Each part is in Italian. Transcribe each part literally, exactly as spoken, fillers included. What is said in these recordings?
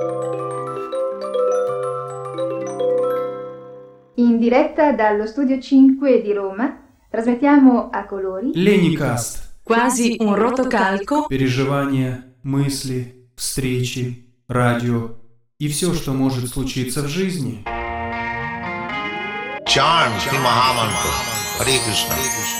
In diretta dallo studio cinque di Roma, trasmettiamo a colori Леникаст. Quasi un rotocalco. Переживания, мысли, встречи, радио и все, что может случиться в жизни. Charm Shri Mahamantra. Hare Krishna.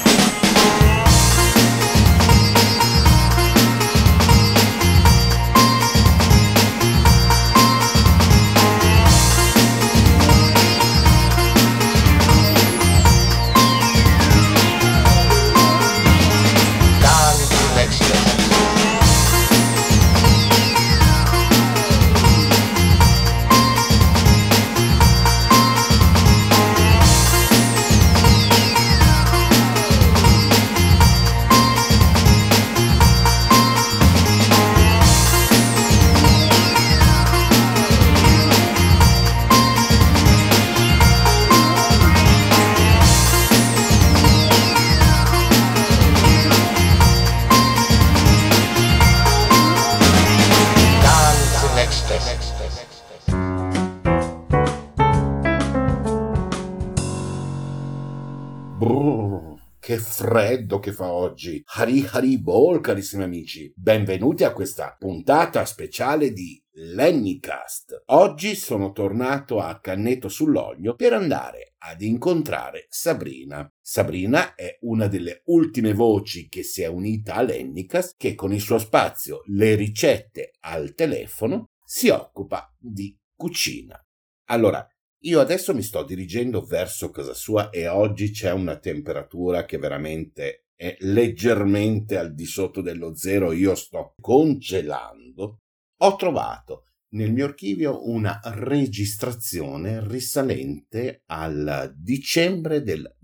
Che freddo che fa oggi! Hari Hari Bol, carissimi amici! Benvenuti a questa puntata speciale di Lennicast. Oggi sono tornato a Canneto sull'Olio per andare ad incontrare Sabrina. Sabrina è una delle ultime voci che si è unita a Lennicast, che con il suo spazio Le ricette al telefono si occupa di cucina. Allora, io adesso mi sto dirigendo verso casa sua e oggi c'è una temperatura che veramente è leggermente al di sotto dello zero, io sto congelando. Ho trovato nel mio archivio una registrazione risalente al dicembre del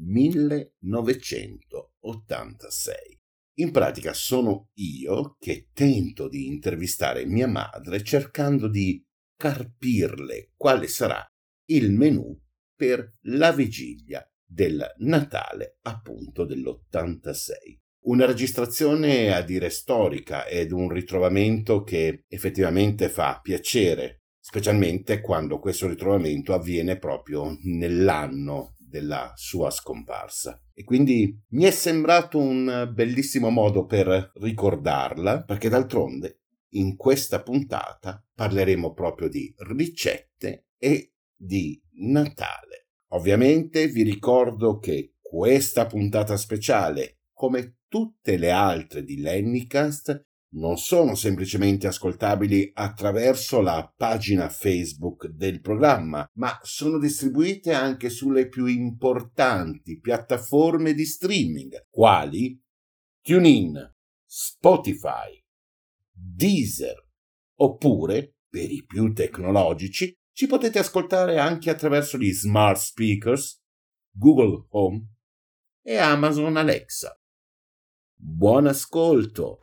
millenovecentottantasei. In pratica sono io che tento di intervistare mia madre cercando di carpirle quale sarà il menù per la vigilia del Natale appunto dell'ottantasei. Una registrazione a dire storica ed un ritrovamento che effettivamente fa piacere, specialmente quando questo ritrovamento avviene proprio nell'anno della sua scomparsa. E quindi mi è sembrato un bellissimo modo per ricordarla, perché d'altronde in questa puntata parleremo proprio di ricette e di Natale. Ovviamente vi ricordo che questa puntata speciale, come tutte le altre di Lennicast, non sono semplicemente ascoltabili attraverso la pagina Facebook del programma, ma sono distribuite anche sulle più importanti piattaforme di streaming, quali TuneIn, Spotify, Deezer, oppure, per i più tecnologici, ci potete ascoltare anche attraverso gli smart speakers, Google Home e Amazon Alexa. Buon ascolto!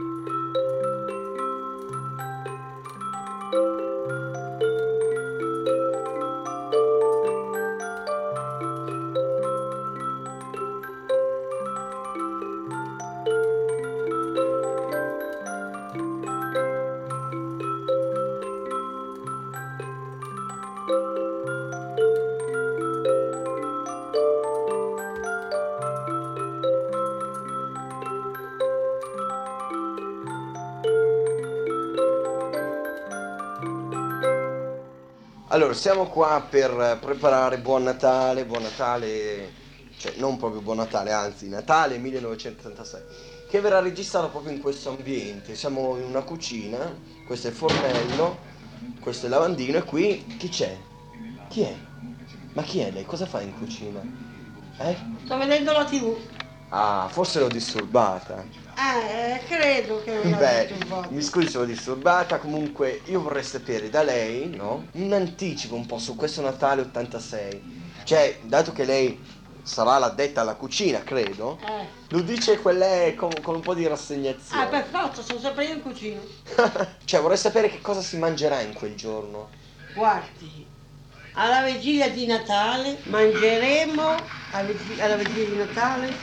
Allora, siamo qua per preparare Buon Natale, Buon Natale, cioè non proprio Buon Natale, anzi Natale millenovecentottantasei, che verrà registrato proprio in questo ambiente. Siamo in una cucina, questo è il fornello, questo è il lavandino e qui chi c'è? Chi è? Ma chi è lei? Cosa fa in cucina? Eh? Sto vedendo la tivù. Ah, forse l'ho disturbata. Eh, credo che non Beh, l'abbia turbato. mi scusi se l'ho disturbata, comunque io vorrei sapere da lei, no? Un anticipo un po' su questo Natale ottantasei. Cioè, dato che lei sarà l'addetta alla cucina, credo, Eh. lo dice quelle con, con un po' di rassegnazione. Ah, per forza, sono sempre io in cucina. Cioè, vorrei sapere che cosa si mangerà in quel giorno. Guardi, alla vigilia di Natale mangeremo, alla vig- alla vigilia di Natale,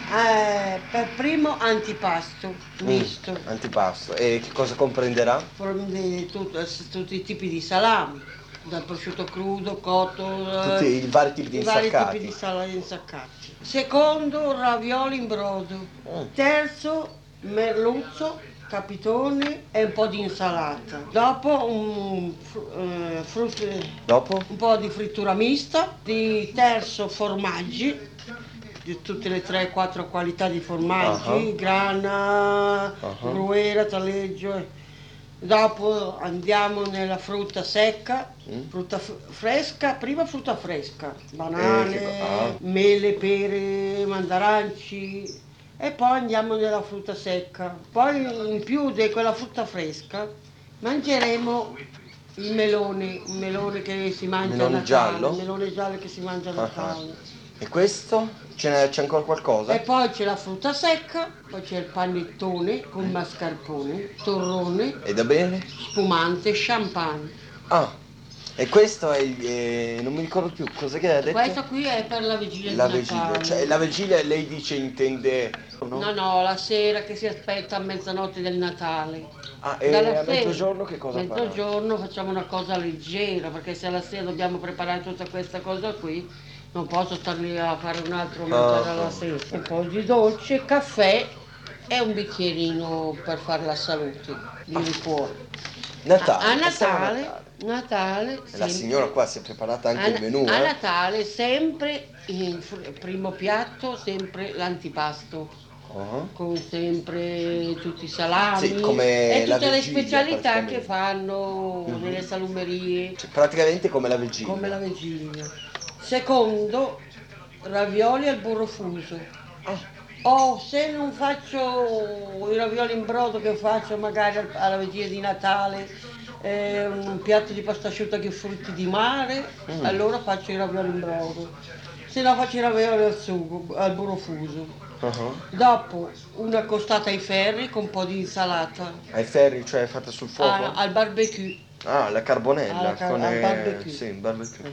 Eh, per primo antipasto, misto. Mm, antipasto. E che cosa comprenderà? Prende tut- tutti i tipi di salami, dal prosciutto crudo, cotto, eh, Tutti i vari tipi di i vari insaccati. tipi di salami insaccati. Secondo, ravioli in brodo. Mm. Terzo, merluzzo, capitone e un po' di insalata. Dopo un, fru- eh, frutti- Dopo? un po' di frittura mista. Di terzo, formaggi di tutte le tre quattro qualità di formaggi, Uh-huh. grana, Uh-huh. gruera, taleggio. eh. Dopo andiamo nella frutta secca, Mm. frutta f- fresca, prima frutta fresca, banane, Eh, che co- ah. mele, pere, mandaranci, e poi andiamo nella frutta secca. Poi in più di quella frutta fresca mangeremo il melone, il melone che si mangia Melone a Natale, giallo? il melone giallo che si mangia a Ah, Natale. E questo? Ce n'è, c'è ancora qualcosa? E poi c'è la frutta secca, poi c'è il panettone con mascarpone, torrone, E da bere? spumante, champagne. Ah, e questo è il... eh, non mi ricordo più, cosa che ha detto? Questo qui è per la vigilia La di vigilia, Natale. cioè la vigilia lei dice intende... No? No, no, la sera che si aspetta a mezzanotte del Natale. Ah, e Dalla a sera- mezzogiorno che cosa fa? Mezzogiorno facciamo una cosa leggera, perché se alla sera dobbiamo preparare tutta questa cosa qui, non posso star lì a fare un altro mangiare Ah, alla ah. sera. Un po' di dolce, caffè e un bicchierino per fare la salute di liquore. Natale. A, a passiamo a Natale, Natale, E la sempre- signora qua si è preparata anche a, il menù, a eh? Natale sempre il fr- primo piatto, sempre l'antipasto. Uh-huh. Con sempre tutti i salami Sì, come e la tutte le vigilia, specialità praticamente. che fanno Mhm. nelle salumerie, Cioè, praticamente come la vigilia. come la vigilia. Secondo, ravioli al burro fuso. Ah, O se non faccio i ravioli in brodo che faccio magari al- alla vigilia di Natale, eh, un piatto di pasta asciutta con frutti di mare, Mm. allora faccio i ravioli in brodo. Se no faccio i ravioli al sugo, al burro fuso. uh-huh. Dopo una costata ai ferri con un po' di insalata. Ai ferri, cioè fatta sul fuoco? Ah, al barbecue. Ah, la carbonella. Alla car- con al eh, barbecue. Sì, il barbecue.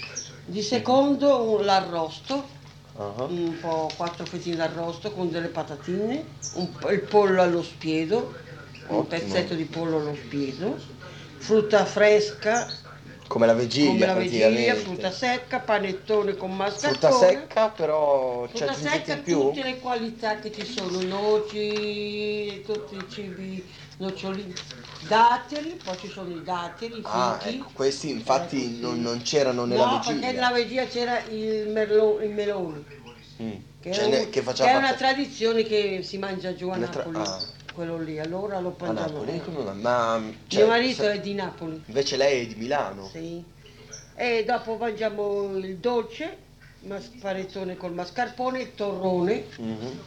Di secondo un- l'arrosto, Uh-huh. un po' quattro fettine d'arrosto con delle patatine, un po' il pollo allo spiedo, un Ottimo. pezzetto di pollo allo spiedo, frutta fresca, Come la vigilia, come la vigilia, praticamente. frutta secca, panettone con mascarpone. Frutta secca, però c'è Frutta aggiungete secca, in più? tutte le qualità che ci sono, noci, tutti i cibi, nocciolini, datteri, poi ci sono i datteri, i Ah, fichi. ecco, questi infatti Ecco, sì. non, non c'erano nella No, vigilia. perché nella vigilia c'era il, merlo- il melone, Mm. che, Cioè, è, ne- un- che faceva che è una parte- tradizione che si mangia giù a Una tra- Napoli, ah. quello lì, allora lo A mangiamo. Napoli? Come mai? Ma, cioè, Mio marito se- è di Napoli, Invece lei è di Milano? sì. E dopo mangiamo il dolce, mas- panettone col mascarpone, il torrone, Mhm.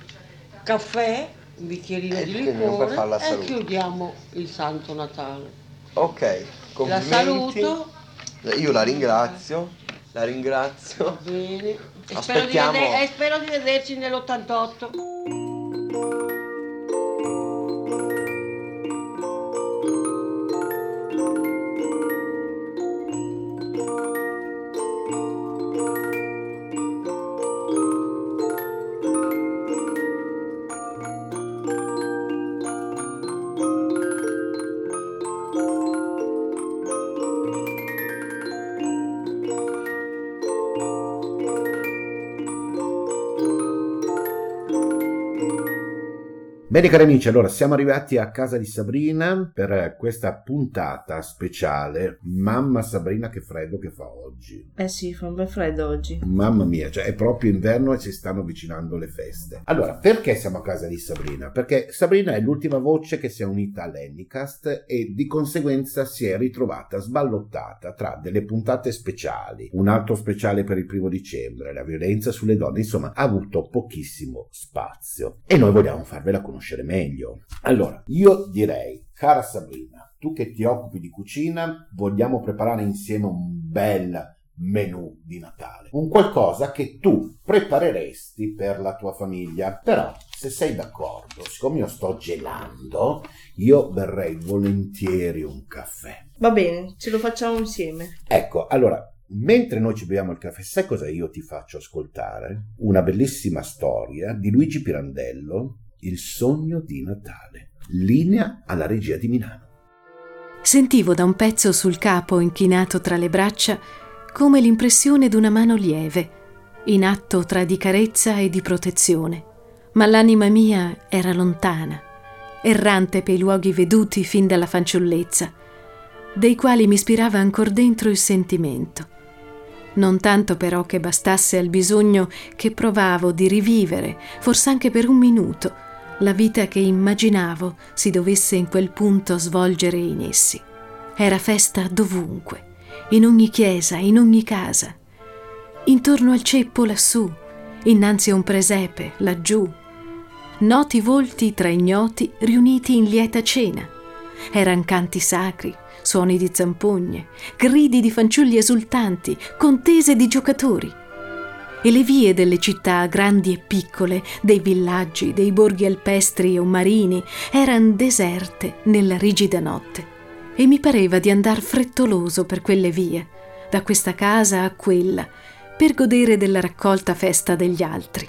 caffè, un bicchierino Eh, di perché non per liquore far la e salute. chiudiamo il Santo Natale. Ok, La complimenti. saluto, Io la ringrazio, la ringrazio. bene, e spero di, Aspettiamo. veder- e spero di vederci nell'ottantotto. Bene cari amici, allora siamo arrivati a casa di Sabrina per questa puntata speciale. Mamma Sabrina, che freddo che fa oggi. Eh sì, fa un bel freddo oggi. Mamma mia, cioè è proprio inverno e si stanno avvicinando le feste. Allora, perché siamo a casa di Sabrina? Perché Sabrina è l'ultima voce che si è unita all'Anycast e di conseguenza si è ritrovata sballottata tra delle puntate speciali, un altro speciale per il primo dicembre, la violenza sulle donne, insomma ha avuto pochissimo spazio e noi vogliamo farvela conoscere meglio. Allora, io direi, cara Sabrina, tu che ti occupi di cucina, vogliamo preparare insieme un bel menù di Natale, un qualcosa che tu prepareresti per la tua famiglia. Però se sei d'accordo, siccome io sto gelando, io berrei volentieri un caffè. Va bene, ce lo facciamo insieme. Ecco, allora mentre noi ci beviamo il caffè, sai cosa io ti faccio ascoltare? Una bellissima storia di Luigi Pirandello, Il sogno di Natale. Linea alla regia di Milano. Sentivo da un pezzo sul capo inchinato tra le braccia come l'impressione d'una mano lieve, in atto tra di carezza e di protezione, ma l'anima mia era lontana, errante per i luoghi veduti fin dalla fanciullezza, dei quali mi ispirava ancor dentro il sentimento. Non tanto però che bastasse al bisogno che provavo di rivivere, forse anche per un minuto, la vita che immaginavo si dovesse in quel punto svolgere in essi. Era festa dovunque, in ogni chiesa, in ogni casa, intorno al ceppo lassù, innanzi a un presepe laggiù, noti volti tra ignoti riuniti in lieta cena. Eran canti sacri, suoni di zampogne, gridi di fanciulli esultanti, contese di giocatori. E le vie delle città grandi e piccole, dei villaggi, dei borghi alpestri o marini, eran deserte nella rigida notte. E mi pareva di andar frettoloso per quelle vie, da questa casa a quella, per godere della raccolta festa degli altri.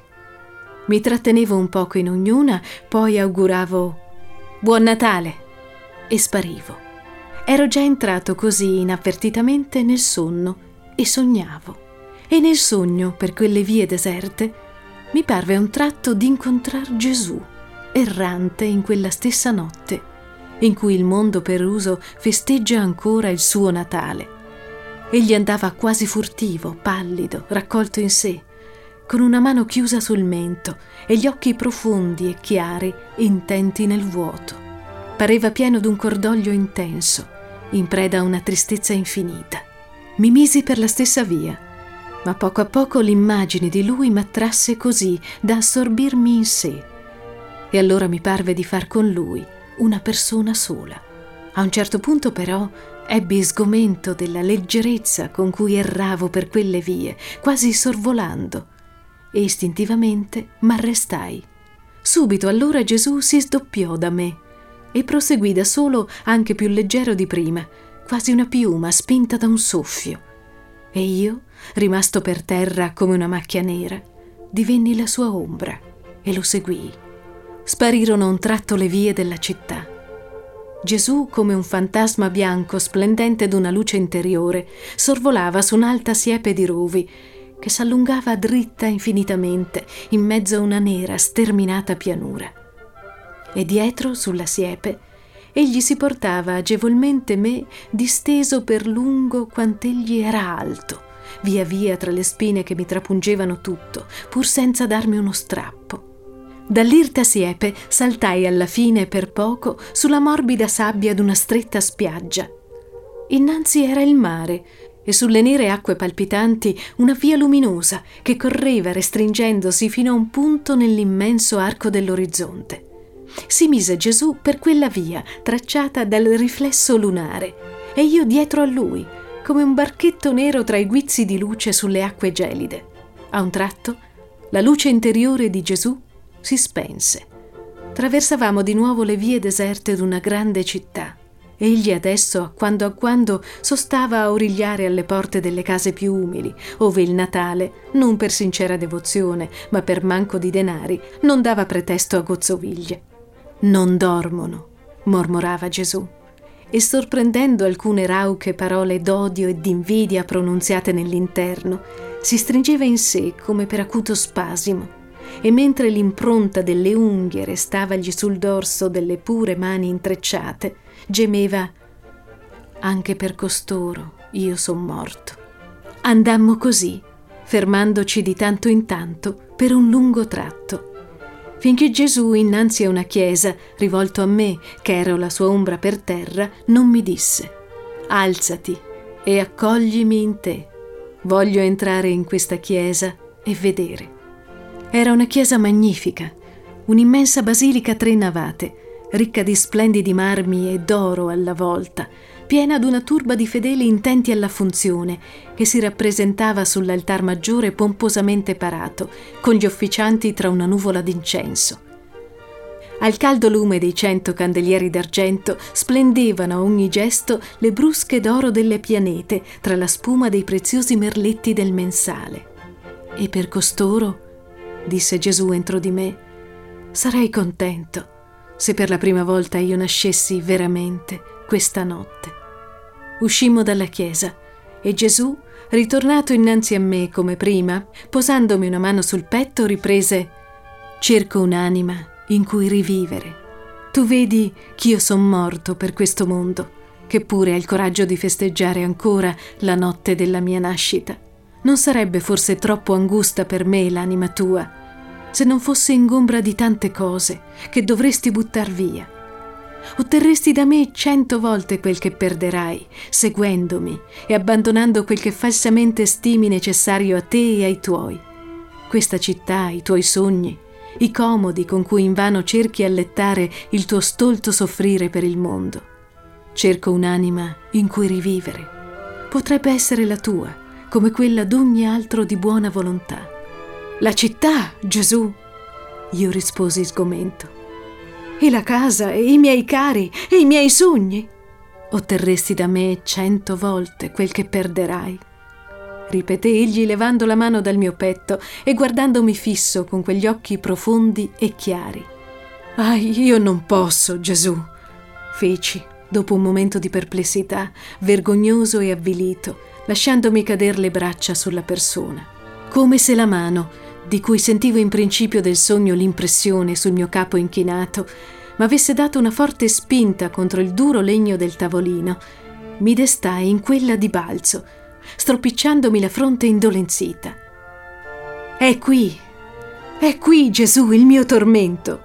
Mi trattenevo un poco in ognuna, poi auguravo «Buon Natale!» e sparivo. Ero già entrato così inavvertitamente nel sonno e sognavo. E nel sogno, per quelle vie deserte, mi parve a un tratto d'incontrar Gesù, errante in quella stessa notte, in cui il mondo per uso festeggia ancora il suo Natale. Egli andava quasi furtivo, pallido, raccolto in sé, con una mano chiusa sul mento e gli occhi profondi e chiari intenti nel vuoto. Pareva pieno d'un cordoglio intenso, in preda a una tristezza infinita. Mi misi per la stessa via, ma poco a poco l'immagine di lui m'attrasse così da assorbirmi in sé. E allora mi parve di far con lui una persona sola. A un certo punto però ebbi sgomento della leggerezza con cui erravo per quelle vie, quasi sorvolando, e istintivamente m'arrestai. Subito allora Gesù si sdoppiò da me e proseguì da solo, anche più leggero di prima, quasi una piuma spinta da un soffio. E io, rimasto per terra come una macchia nera, divenni la sua ombra e lo seguii. Sparirono a un tratto le vie della città. Gesù, come un fantasma bianco splendente d'una luce interiore, sorvolava su un'alta siepe di rovi che s'allungava dritta infinitamente in mezzo a una nera, sterminata pianura. E dietro, sulla siepe, egli si portava agevolmente me disteso per lungo quant'egli era alto, via via tra le spine che mi trapungevano tutto, pur senza darmi uno strappo. Dall'irta siepe saltai alla fine per poco sulla morbida sabbia d'una stretta spiaggia. Innanzi era il mare e sulle nere acque palpitanti una via luminosa che correva restringendosi fino a un punto nell'immenso arco dell'orizzonte. Si mise Gesù per quella via tracciata dal riflesso lunare e io dietro a lui, come un barchetto nero tra i guizzi di luce sulle acque gelide. A un tratto la luce interiore di Gesù si spense. Traversavamo di nuovo le vie deserte d'una grande città. Egli adesso, a quando a quando, sostava a origliare alle porte delle case più umili, ove il Natale, non per sincera devozione, ma per manco di denari, non dava pretesto a gozzoviglie. «Non dormono», mormorava Gesù, e sorprendendo alcune rauche parole d'odio e d'invidia pronunziate nell'interno, si stringeva in sé come per acuto spasimo, e mentre l'impronta delle unghie restavagli sul dorso delle pure mani intrecciate, gemeva: «Anche per costoro io son morto». Andammo così, fermandoci di tanto in tanto per un lungo tratto, finché Gesù, innanzi a una chiesa, rivolto a me, che ero la sua ombra per terra, non mi disse: «Alzati e accoglimi in te. Voglio entrare in questa chiesa e vedere». Era una chiesa magnifica, un'immensa basilica a tre navate, ricca di splendidi marmi e d'oro alla volta, piena d'una turba di fedeli intenti alla funzione, che si rappresentava sull'altar maggiore pomposamente parato, con gli officianti tra una nuvola d'incenso. Al caldo lume dei cento candelieri d'argento splendevano a ogni gesto le brusche d'oro delle pianete tra la spuma dei preziosi merletti del mensale. E per costoro, disse Gesù entro di me, sarei contento se per la prima volta io nascessi veramente questa notte. Uscimmo dalla chiesa e Gesù, ritornato innanzi a me come prima, posandomi una mano sul petto, riprese: cerco un'anima in cui rivivere. Tu vedi ch'io son morto per questo mondo, che pure ha il coraggio di festeggiare ancora la notte della mia nascita. Non sarebbe forse troppo angusta per me l'anima tua, se non fosse ingombra di tante cose che dovresti buttar via? Otterresti da me cento volte quel che perderai, seguendomi e abbandonando quel che falsamente stimi necessario a te e ai tuoi. Questa città, i tuoi sogni, i comodi con cui invano cerchi allettare il tuo stolto soffrire per il mondo. Cerco un'anima in cui rivivere. Potrebbe essere la tua, come quella d'ogni altro di buona volontà. La città, Gesù, io risposi sgomento. E la casa, e i miei cari, e i miei sogni. Otterresti da me cento volte quel che perderai, ripeté egli levando la mano dal mio petto e guardandomi fisso con quegli occhi profondi e chiari. Ah, io non posso, Gesù, feci, dopo un momento di perplessità, vergognoso e avvilito, lasciandomi cader le braccia sulla persona, come se la mano, di cui sentivo in principio del sogno l'impressione sul mio capo inchinato, m'avesse dato una forte spinta contro il duro legno del tavolino. Mi destai in quella di balzo, stropicciandomi la fronte indolenzita. È qui, è qui, Gesù, il mio tormento.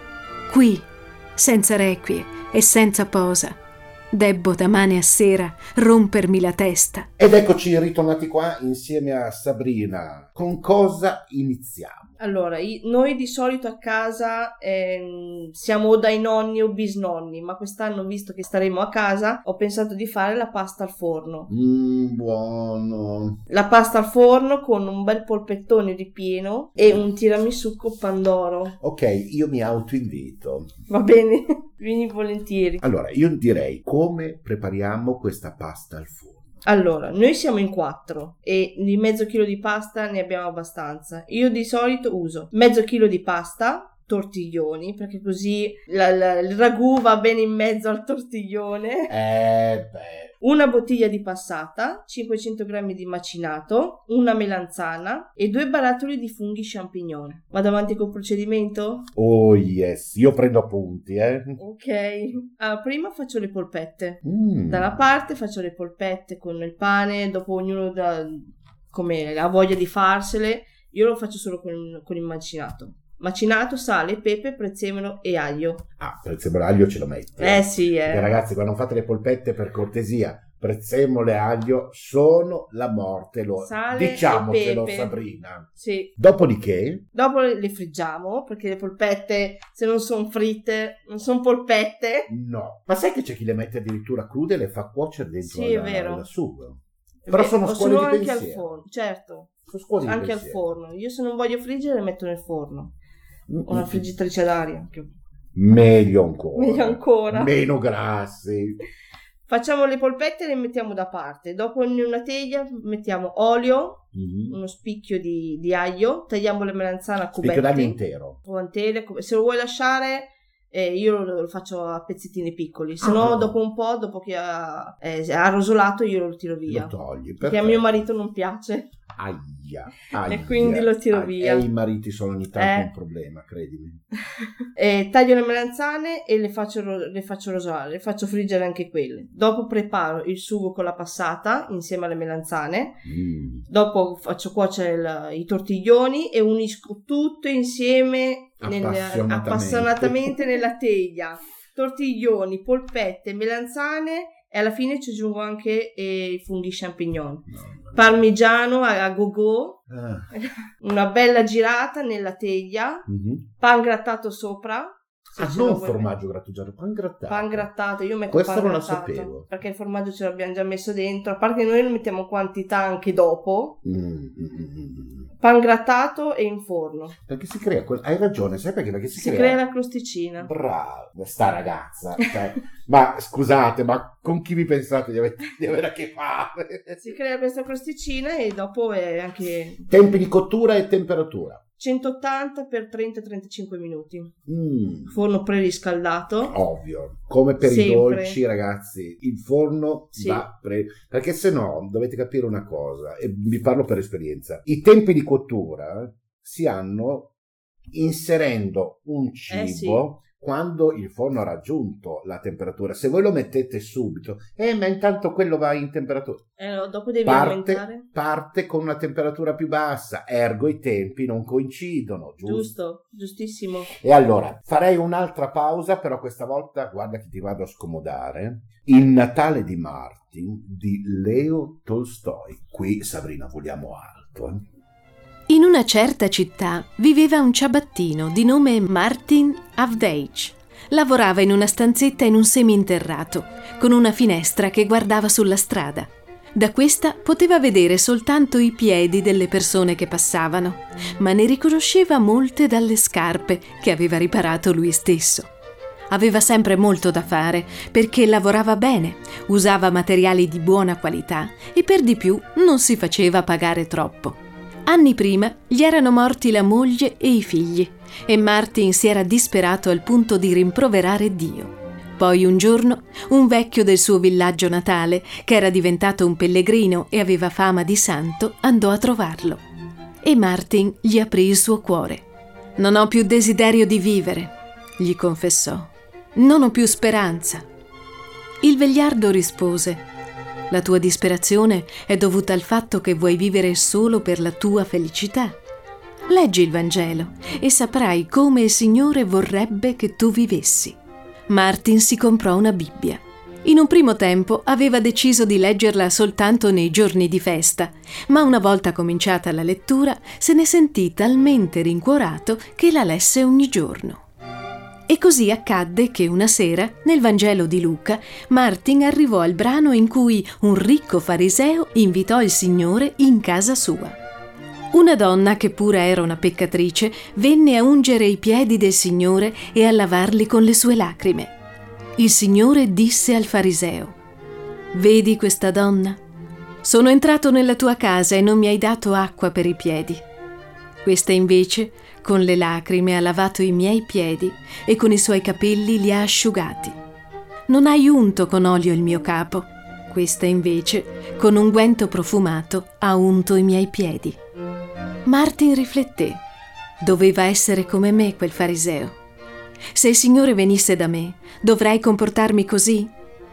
Qui, senza requie e senza posa, debbo da mane a sera rompermi la testa. Ed eccoci ritornati qua insieme a Sabrina. Con cosa iniziamo? Allora, i- noi di solito a casa ehm, siamo o dai nonni o bisnonni, ma quest'anno, visto che staremo a casa, ho pensato di fare la pasta al forno. Mmm, buono. La pasta al forno con un bel polpettone ripieno e un tiramisù con pandoro. Ok, io mi autoinvito. Va bene? Vieni volentieri. Allora, io direi come prepariamo questa pasta al forno. Allora, noi siamo in quattro e di mezzo chilo di pasta ne abbiamo abbastanza. Io di solito uso mezzo chilo di pasta, tortiglioni, perché così la- la- il ragù va bene in mezzo al tortiglione. Eh, beh. Una bottiglia di passata, cinquecento grammi di macinato, una melanzana e due barattoli di funghi champignon. Vado avanti col procedimento? Oh yes, io prendo appunti, eh. Ok. Ah, prima faccio le polpette. Mm. Da una parte faccio le polpette con il pane, dopo ognuno da, come ha voglia di farsele. Io lo faccio solo con, con il macinato. Macinato, sale, pepe, prezzemolo e aglio. Ah, prezzemolo e aglio ce lo metti. Eh sì, Perché, eh. ragazzi, quando fate le polpette, per cortesia, prezzemolo e aglio sono la morte, lo Sale e diciamocelo, pepe. Sabrina. Sì. Dopodiché, Dopo le friggiamo, perché le polpette, se non sono fritte, non sono polpette. no. Ma sai che c'è chi le mette addirittura crude e le fa cuocere dentro Sì, è alla, vero. alla sugo? Però Beh, sono o scuole se no di anche al pensiero. forno, certo. Sono scuole di Anche al pensiero. forno. Io se non voglio friggere le metto nel forno. Mm, Una mm, friggitrice d'aria. che- Meglio ancora. Meglio ancora. Meno grassi. Facciamo le polpette e le mettiamo da parte. Dopo in una teglia mettiamo olio, Mhm. uno spicchio di, di aglio, tagliamo le melanzane a Spicchio d'aglio cubetti. intero. O antele, come- se lo vuoi lasciare, eh, io lo, lo faccio a pezzettini piccoli. Se no, Ah. dopo un po', dopo che ha, eh, ha rosolato, io lo tiro via. Lo togli. Perché a perfetto. mio marito non piace. Aia, aia. E quindi lo tiro Ah, via. E i mariti sono ogni tanto Eh. un problema, credimi. Eh, taglio le melanzane e le faccio, ro- le faccio rosolare, le faccio friggere anche quelle. Dopo preparo il sugo con la passata insieme alle melanzane. Mm. Dopo faccio cuocere il- i tortiglioni e unisco tutto insieme nel- Appassionatamente. appassionatamente nella teglia. Tortiglioni, polpette, melanzane e alla fine ci aggiungo anche eh, i funghi champignon. No, Parmigiano a, a go-go, Ah. una bella girata nella teglia, Mhm. pan grattato sopra. se Ah, ce lo non vuoi formaggio grattugiato, pan grattato. mettere. Pan grattato, io metto Questo pan non lo grattato sapevo. perché il formaggio ce l'abbiamo già messo dentro, a parte che noi lo mettiamo quantità anche dopo. Mm, mm, mm, mm. Pangrattato e in forno. Perché si crea, quel... hai ragione, sai perché? Perché si, Si crea... crea la crosticina. Brava, sta ragazza. Cioè, ma scusate, ma con chi vi pensate di avere, di avere a che fare? Si crea questa crosticina e dopo è anche... Tempi di cottura e temperatura. centottanta per trenta trentacinque minuti. Mm. Forno preriscaldato. Ovvio, come per Sempre. i dolci, ragazzi, il forno Sì. va pre... perché se no dovete capire una cosa, e vi parlo per esperienza. I tempi di cottura si hanno inserendo un cibo Eh, sì. quando il forno ha raggiunto la temperatura. Se voi lo mettete subito, eh, ma intanto quello va in temperatura. Eh, no, dopo devi Parte, aumentare. parte con una temperatura più bassa, ergo i tempi non coincidono, giusto? Giusto, giustissimo. E allora, farei un'altra pausa, però questa volta, guarda che ti vado a scomodare, Il Natale di Martin di Leo Tolstoi. Qui, Sabrina, vogliamo alto, eh? In una certa città viveva un ciabattino di nome Martin Avdeich. Lavorava in una stanzetta in un seminterrato, con una finestra che guardava sulla strada. Da questa poteva vedere soltanto i piedi delle persone che passavano, ma ne riconosceva molte dalle scarpe che aveva riparato lui stesso. Aveva sempre molto da fare perché lavorava bene, usava materiali di buona qualità e per di più non si faceva pagare troppo. Anni prima gli erano morti la moglie e i figli e Martin si era disperato al punto di rimproverare Dio. Poi un giorno un vecchio del suo villaggio natale, che era diventato un pellegrino e aveva fama di santo, andò a trovarlo. E Martin gli aprì il suo cuore. «Non ho più desiderio di vivere», gli confessò. «Non ho più speranza». Il vegliardo rispose: «La tua disperazione è dovuta al fatto che vuoi vivere solo per la tua felicità. Leggi il Vangelo e saprai come il Signore vorrebbe che tu vivessi». Martin si comprò una Bibbia. In un primo tempo aveva deciso di leggerla soltanto nei giorni di festa, ma una volta cominciata la lettura se ne sentì talmente rincuorato che la lesse ogni giorno. E così accadde che una sera, nel Vangelo di Luca, Martin arrivò al brano in cui un ricco fariseo invitò il Signore in casa sua. Una donna, che pure era una peccatrice, venne a ungere i piedi del Signore e a lavarli con le sue lacrime. Il Signore disse al fariseo: «Vedi questa donna? Sono entrato nella tua casa e non mi hai dato acqua per i piedi. Questa invece con le lacrime ha lavato i miei piedi e con i suoi capelli li ha asciugati. Non hai unto con olio il mio capo. Questa invece con unguento profumato ha unto i miei piedi». Martin rifletté. Doveva essere come me quel fariseo. Se il Signore venisse da me, dovrei comportarmi così?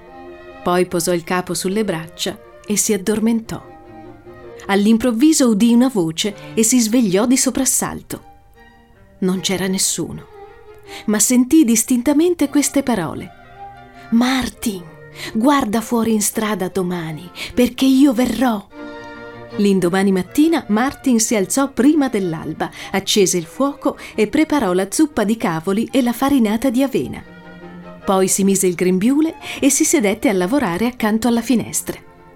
Poi posò il capo sulle braccia e si addormentò. All'improvviso udì una voce e si svegliò di soprassalto. Non c'era nessuno, ma sentì distintamente queste parole: «Martin, guarda fuori in strada domani, perché io verrò». L'indomani mattina Martin si alzò prima dell'alba, accese il fuoco e preparò la zuppa di cavoli e la farinata di avena. Poi si mise il grembiule e si sedette a lavorare accanto alla finestra.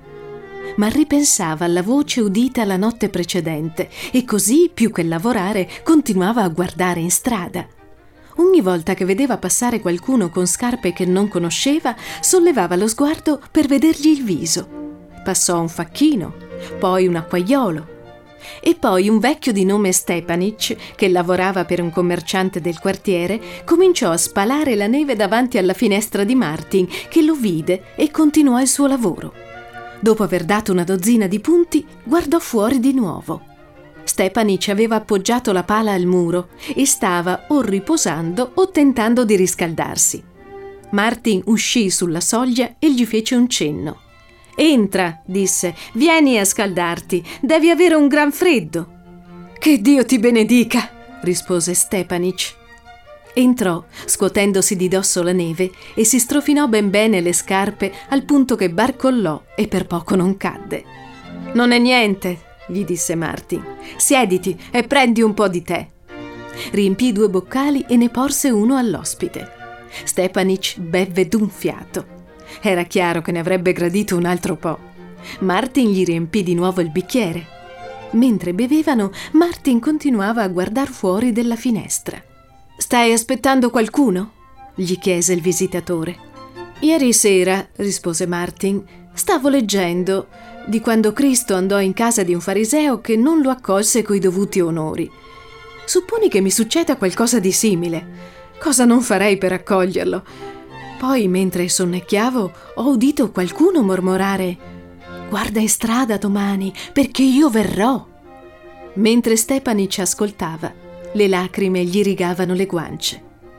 Ma ripensava alla voce udita la notte precedente e così, più che lavorare, continuava a guardare in strada. Ogni volta che vedeva passare qualcuno con scarpe che non conosceva, sollevava lo sguardo per vedergli il viso. Passò un facchino, poi un acquaiolo e poi un vecchio di nome Stepanich, che lavorava per un commerciante del quartiere, cominciò a spalare la neve davanti alla finestra di Martin, che lo vide e continuò il suo lavoro. Dopo aver dato una dozzina di punti, guardò fuori di nuovo. Stepanich aveva appoggiato la pala al muro e stava o riposando o tentando di riscaldarsi. Martin uscì sulla soglia e gli fece un cenno. «Entra», disse, «vieni a scaldarti, devi avere un gran freddo». «Che Dio ti benedica», rispose Stepanich. Entrò, scuotendosi di dosso la neve, e si strofinò ben bene le scarpe al punto che barcollò e per poco non cadde. «Non è niente», gli disse Martin, «siediti e prendi un po' di tè». Riempì due boccali e ne porse uno all'ospite. Stepanich bevve d'un fiato. Era chiaro che ne avrebbe gradito un altro po'. Martin gli riempì di nuovo il bicchiere. Mentre bevevano, Martin continuava a guardar fuori dalla finestra. «Stai aspettando qualcuno?» gli chiese il visitatore. «Ieri sera», rispose Martin, «stavo leggendo di quando Cristo andò in casa di un fariseo che non lo accolse coi dovuti onori. Supponi che mi succeda qualcosa di simile. Cosa non farei per accoglierlo? Poi, mentre sonnecchiavo, ho udito qualcuno mormorare: guarda in strada domani, perché io verrò». Mentre Stepanich ascoltava, le lacrime gli rigavano le guance.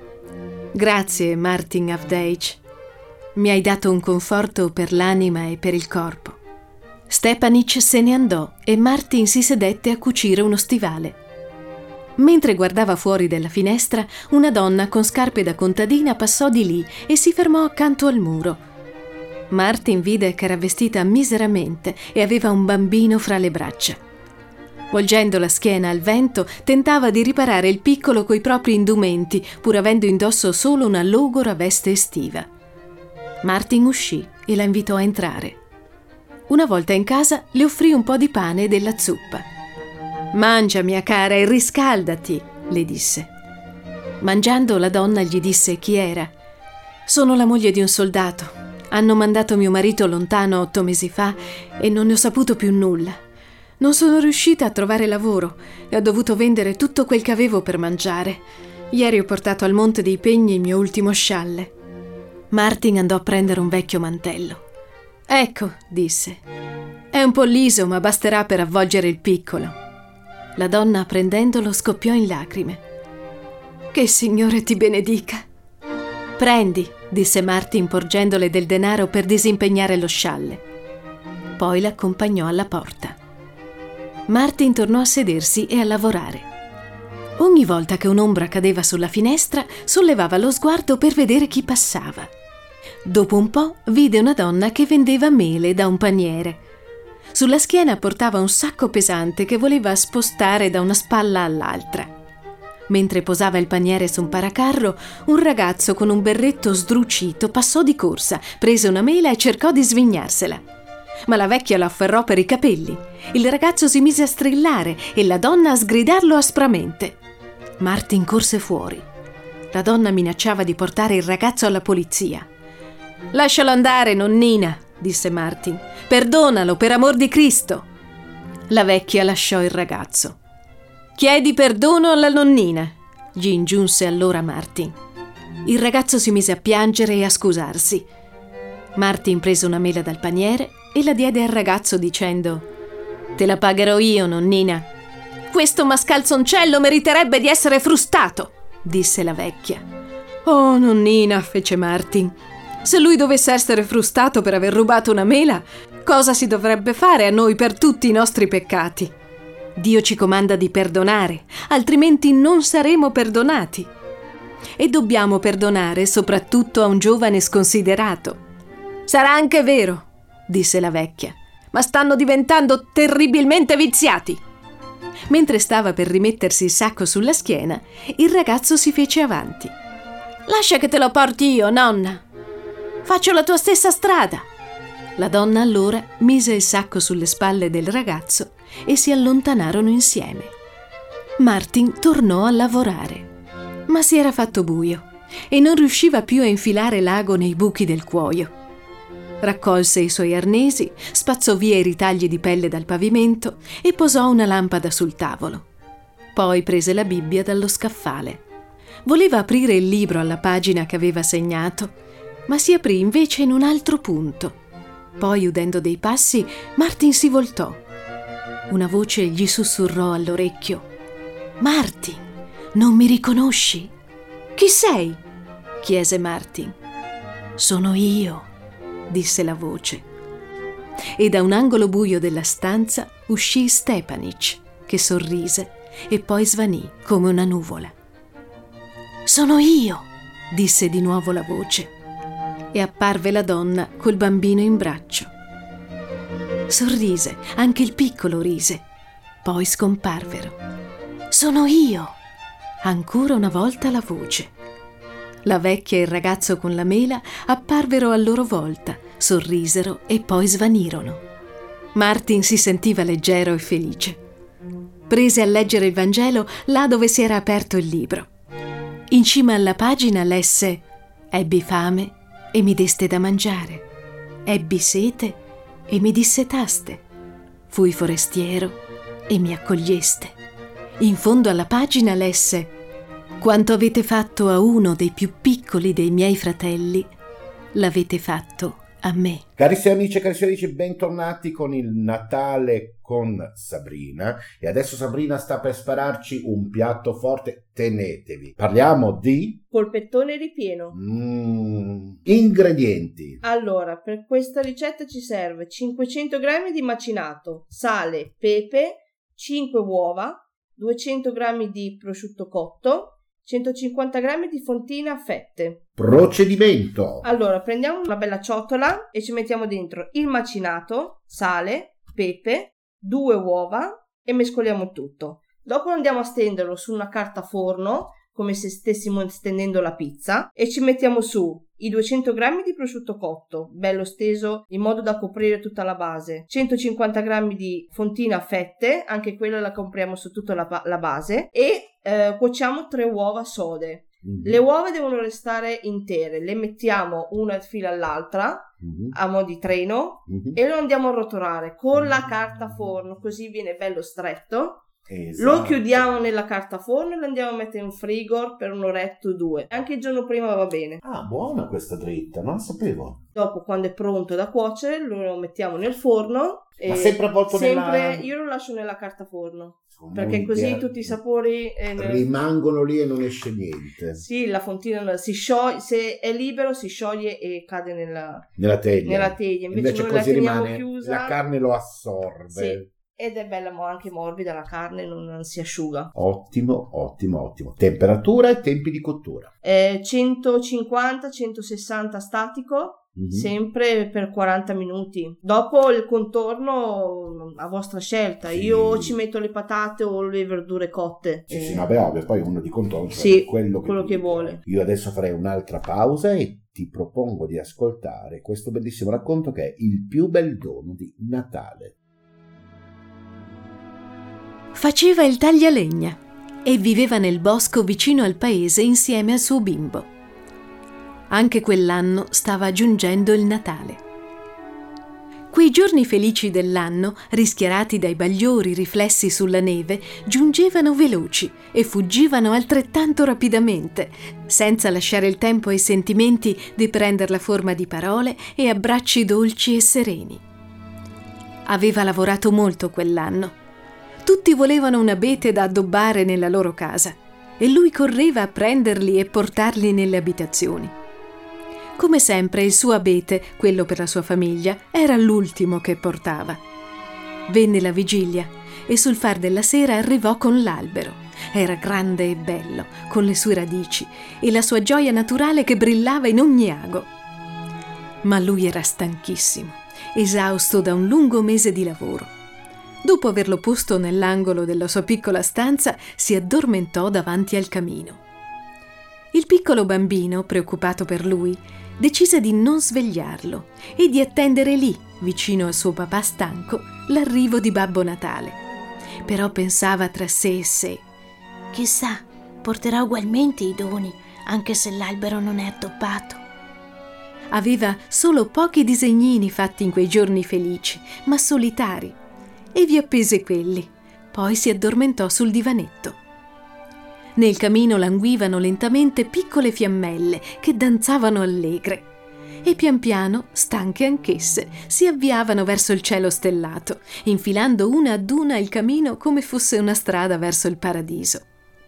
«Grazie, Martin Avdeich. Mi hai dato un conforto per l'anima e per il corpo». Stepanich se ne andò e Martin si sedette a cucire uno stivale. Mentre guardava fuori dalla finestra, una donna con scarpe da contadina passò di lì e si fermò accanto al muro. Martin vide che era vestita miseramente e aveva un bambino fra le braccia. Volgendo la schiena al vento, tentava di riparare il piccolo coi propri indumenti, pur avendo indosso solo una logora veste estiva. Martin uscì e la invitò a entrare. Una volta in casa le offrì un po' di pane e della zuppa. «Mangia, mia cara, e riscaldati», le disse. Mangiando, la donna gli disse chi era. «Sono la moglie di un soldato. Hanno mandato mio marito lontano otto mesi fa e non ne ho saputo più nulla. Non sono riuscita a trovare lavoro e ho dovuto vendere tutto quel che avevo per mangiare. Ieri ho portato al Monte dei Pegni il mio ultimo scialle». Martin andò a prendere un vecchio mantello. «Ecco», disse, «è un po' liso, ma basterà per avvolgere il piccolo». La donna, prendendolo, scoppiò in lacrime. «Che il Signore ti benedica». «Prendi», disse Martin porgendole del denaro per disimpegnare lo scialle. Poi l'accompagnò alla porta. Martin tornò a sedersi e a lavorare. Ogni volta che un'ombra cadeva sulla finestra, sollevava lo sguardo per vedere chi passava. Dopo un po' vide una donna che vendeva mele da un paniere. Sulla schiena portava un sacco pesante che voleva spostare da una spalla all'altra. Mentre posava il paniere su un paracarro, un ragazzo con un berretto sdrucito passò di corsa, prese una mela e cercò di svignarsela. Ma la vecchia lo afferrò per i capelli. Il ragazzo si mise a strillare e la donna a sgridarlo aspramente. Martin corse fuori. La donna minacciava di portare il ragazzo alla polizia. «Lascialo andare, nonnina», disse Martin. «Perdonalo, per amor di Cristo». La vecchia lasciò il ragazzo. «Chiedi perdono alla nonnina», gli ingiunse allora Martin. Il ragazzo si mise a piangere e a scusarsi. Martin prese una mela dal paniere e la diede al ragazzo dicendo: «Te la pagherò io, nonnina». «Questo mascalzoncello meriterebbe di essere frustato», disse la vecchia. «Oh, nonnina», fece Martin, «se lui dovesse essere frustato per aver rubato una mela, cosa si dovrebbe fare a noi per tutti i nostri peccati? Dio ci comanda di perdonare, altrimenti non saremo perdonati. E dobbiamo perdonare soprattutto a un giovane sconsiderato». «Sarà anche vero», disse la vecchia, «ma stanno diventando terribilmente viziati». Mentre stava per rimettersi il sacco sulla schiena, il ragazzo si fece avanti. «Lascia che te lo porti io, nonna. Faccio la tua stessa strada». La donna allora mise il sacco sulle spalle del ragazzo e si allontanarono insieme. Martin tornò a lavorare, ma si era fatto buio e non riusciva più a infilare l'ago nei buchi del cuoio. Raccolse i suoi arnesi, spazzò via i ritagli di pelle dal pavimento e posò una lampada sul tavolo. Poi prese la Bibbia dallo scaffale. Voleva aprire il libro alla pagina che aveva segnato, ma si aprì invece in un altro punto. Poi, udendo dei passi, Martin si voltò. Una voce gli sussurrò all'orecchio: «Martin, non mi riconosci?» «Chi sei?» chiese Martin. «Sono io», disse la voce. E da un angolo buio della stanza uscì Stepanich, che sorrise e poi svanì come una nuvola. «Sono io», disse di nuovo la voce, e apparve la donna col bambino in braccio. Sorrise, anche il piccolo rise, poi scomparvero. «Sono io», ancora una volta la voce. La vecchia e il ragazzo con la mela apparvero a loro volta, sorrisero e poi svanirono. Martin si sentiva leggero e felice. Prese a leggere il Vangelo là dove si era aperto il libro. In cima alla pagina lesse: «Ebbi fame e mi deste da mangiare. Ebbi sete e mi dissetaste. Fui forestiero e mi accoglieste». In fondo alla pagina lesse: «Quanto avete fatto a uno dei più piccoli dei miei fratelli, l'avete fatto a me». Carissimi amici e carissimi amici, bentornati con il Natale con Sabrina. E adesso Sabrina sta per spararci un piatto forte, tenetevi. Parliamo di polpettone ripieno. Mm, ingredienti. Allora, per questa ricetta ci serve cinquecento grammi di macinato, sale, pepe, cinque uova, duecento grammi di prosciutto cotto, centocinquanta grammi di fontina a fette. Procedimento. Allora, prendiamo una bella ciotola e ci mettiamo dentro il macinato, sale, pepe, due uova e mescoliamo tutto. Dopo andiamo a stenderlo su una carta forno, come se stessimo stendendo la pizza, e ci mettiamo su i duecento grammi di prosciutto cotto, bello steso in modo da coprire tutta la base, centocinquanta grammi di fontina a fette, anche quella la compriamo su tutta la, la base, e eh, cuociamo tre uova sode. Mm-hmm. Le uova devono restare intere, le mettiamo una fila all'altra, mm-hmm, a mo' di treno, mm-hmm, e lo andiamo a rotolare con mm-hmm. la carta forno, così viene bello stretto. Esatto. Lo chiudiamo nella carta forno e lo andiamo a mettere in frigo per un'oretta o due. Anche il giorno prima va bene. Ah, buona questa dritta, non la sapevo. Dopo, quando è pronto da cuocere, lo mettiamo nel forno. Ma e sempre avvolto sempre nella... Io lo lascio nella carta forno. Come perché così piace. Tutti i sapori eh, rimangono lì e non esce niente. Sì, la fontina si scioglie, se è libero si scioglie e cade nella, nella teglia. Nella teglia. Invece, Invece noi così la teniamo rimane, chiusa. La carne lo assorbe. Sì. Ed è bella anche morbida la carne, non, non si asciuga. Ottimo, ottimo, ottimo. Temperatura e tempi di cottura. Eh, centocinquanta centosessanta statico, mm-hmm, sempre per quaranta minuti. Dopo il contorno a vostra scelta. Sì. Io ci metto le patate o le verdure cotte. Sì, eh. sì, vabbè, ovvio, poi uno di contorno, cioè sì, quello, che, quello che vuole. Io adesso farei un'altra pausa e ti propongo di ascoltare questo bellissimo racconto che è Il più bel dono di Natale. Faceva il taglialegna e viveva nel bosco vicino al paese insieme al suo bimbo. Anche quell'anno stava giungendo il Natale. Quei giorni felici dell'anno, rischiarati dai bagliori riflessi sulla neve, giungevano veloci e fuggivano altrettanto rapidamente, senza lasciare il tempo ai sentimenti di prendere la forma di parole e abbracci dolci e sereni. Aveva lavorato molto quell'anno. Tutti volevano un abete da addobbare nella loro casa e lui correva a prenderli e portarli nelle abitazioni. Come sempre il suo abete, quello per la sua famiglia, era l'ultimo che portava. Venne la vigilia e sul far della sera arrivò con l'albero. Era grande e bello, con le sue radici e la sua gioia naturale che brillava in ogni ago. Ma lui era stanchissimo, esausto da un lungo mese di lavoro. Dopo averlo posto nell'angolo della sua piccola stanza, si addormentò davanti al camino. Il piccolo bambino, preoccupato per lui, decise di non svegliarlo e di attendere lì, vicino al suo papà stanco, l'arrivo di Babbo Natale. Però pensava tra sé e sé: chissà, porterà ugualmente i doni, anche se l'albero non è addobbato. Aveva solo pochi disegnini fatti in quei giorni felici, ma solitari, e vi appese quelli. Poi si addormentò sul divanetto. Nel camino languivano lentamente piccole fiammelle che danzavano allegre e pian piano, stanche anch'esse, si avviavano verso il cielo stellato, infilando una ad una il camino come fosse una strada verso il paradiso.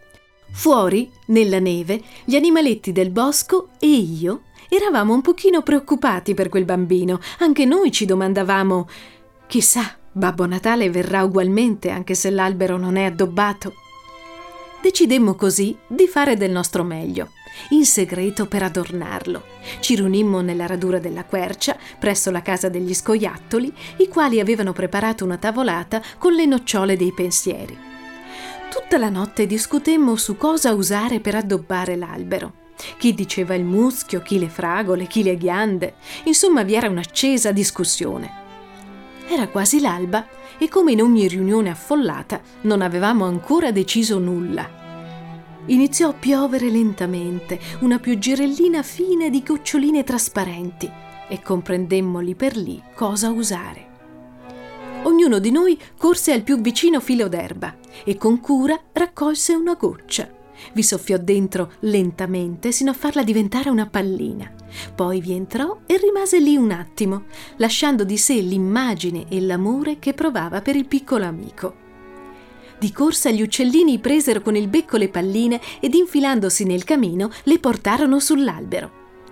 Fuori, nella neve, gli animaletti del bosco e io eravamo un pochino preoccupati per quel bambino. Anche noi ci domandavamo: chissà, Babbo Natale verrà ugualmente anche se l'albero non è addobbato? Decidemmo così di fare del nostro meglio, in segreto per adornarlo. Ci riunimmo nella radura della quercia, presso la casa degli scoiattoli, i quali avevano preparato una tavolata con le nocciole dei pensieri. Tutta la notte discutemmo su cosa usare per addobbare l'albero. Chi diceva il muschio, chi le fragole, chi le ghiande. Insomma, vi era un'accesa discussione. Era quasi l'alba e, come in ogni riunione affollata, non avevamo ancora deciso nulla. Iniziò a piovere lentamente, una pioggerellina fine di goccioline trasparenti, e comprendemmo lì per lì cosa usare. Ognuno di noi corse al più vicino filo d'erba e con cura raccolse una goccia. Vi soffiò dentro lentamente sino a farla diventare una pallina. Poi vi entrò e rimase lì un attimo, lasciando di sé l'immagine e l'amore che provava per il piccolo amico. Di corsa gli uccellini presero con il becco le palline ed infilandosi nel camino le portarono sull'albero.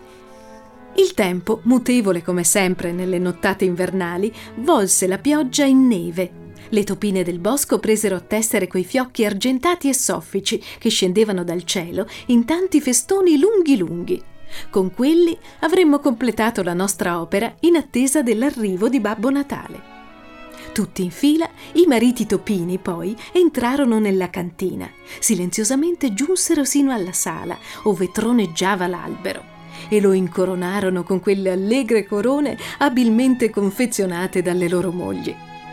Il tempo, mutevole come sempre nelle nottate invernali, volse la pioggia in neve. Le topine del bosco presero a tessere quei fiocchi argentati e soffici che scendevano dal cielo in tanti festoni lunghi lunghi. Con quelli avremmo completato la nostra opera in attesa dell'arrivo di Babbo Natale. Tutti in fila, i mariti topini poi entrarono nella cantina. Silenziosamente giunsero sino alla sala, ove troneggiava l'albero, e lo incoronarono con quelle allegre corone abilmente confezionate dalle loro mogli.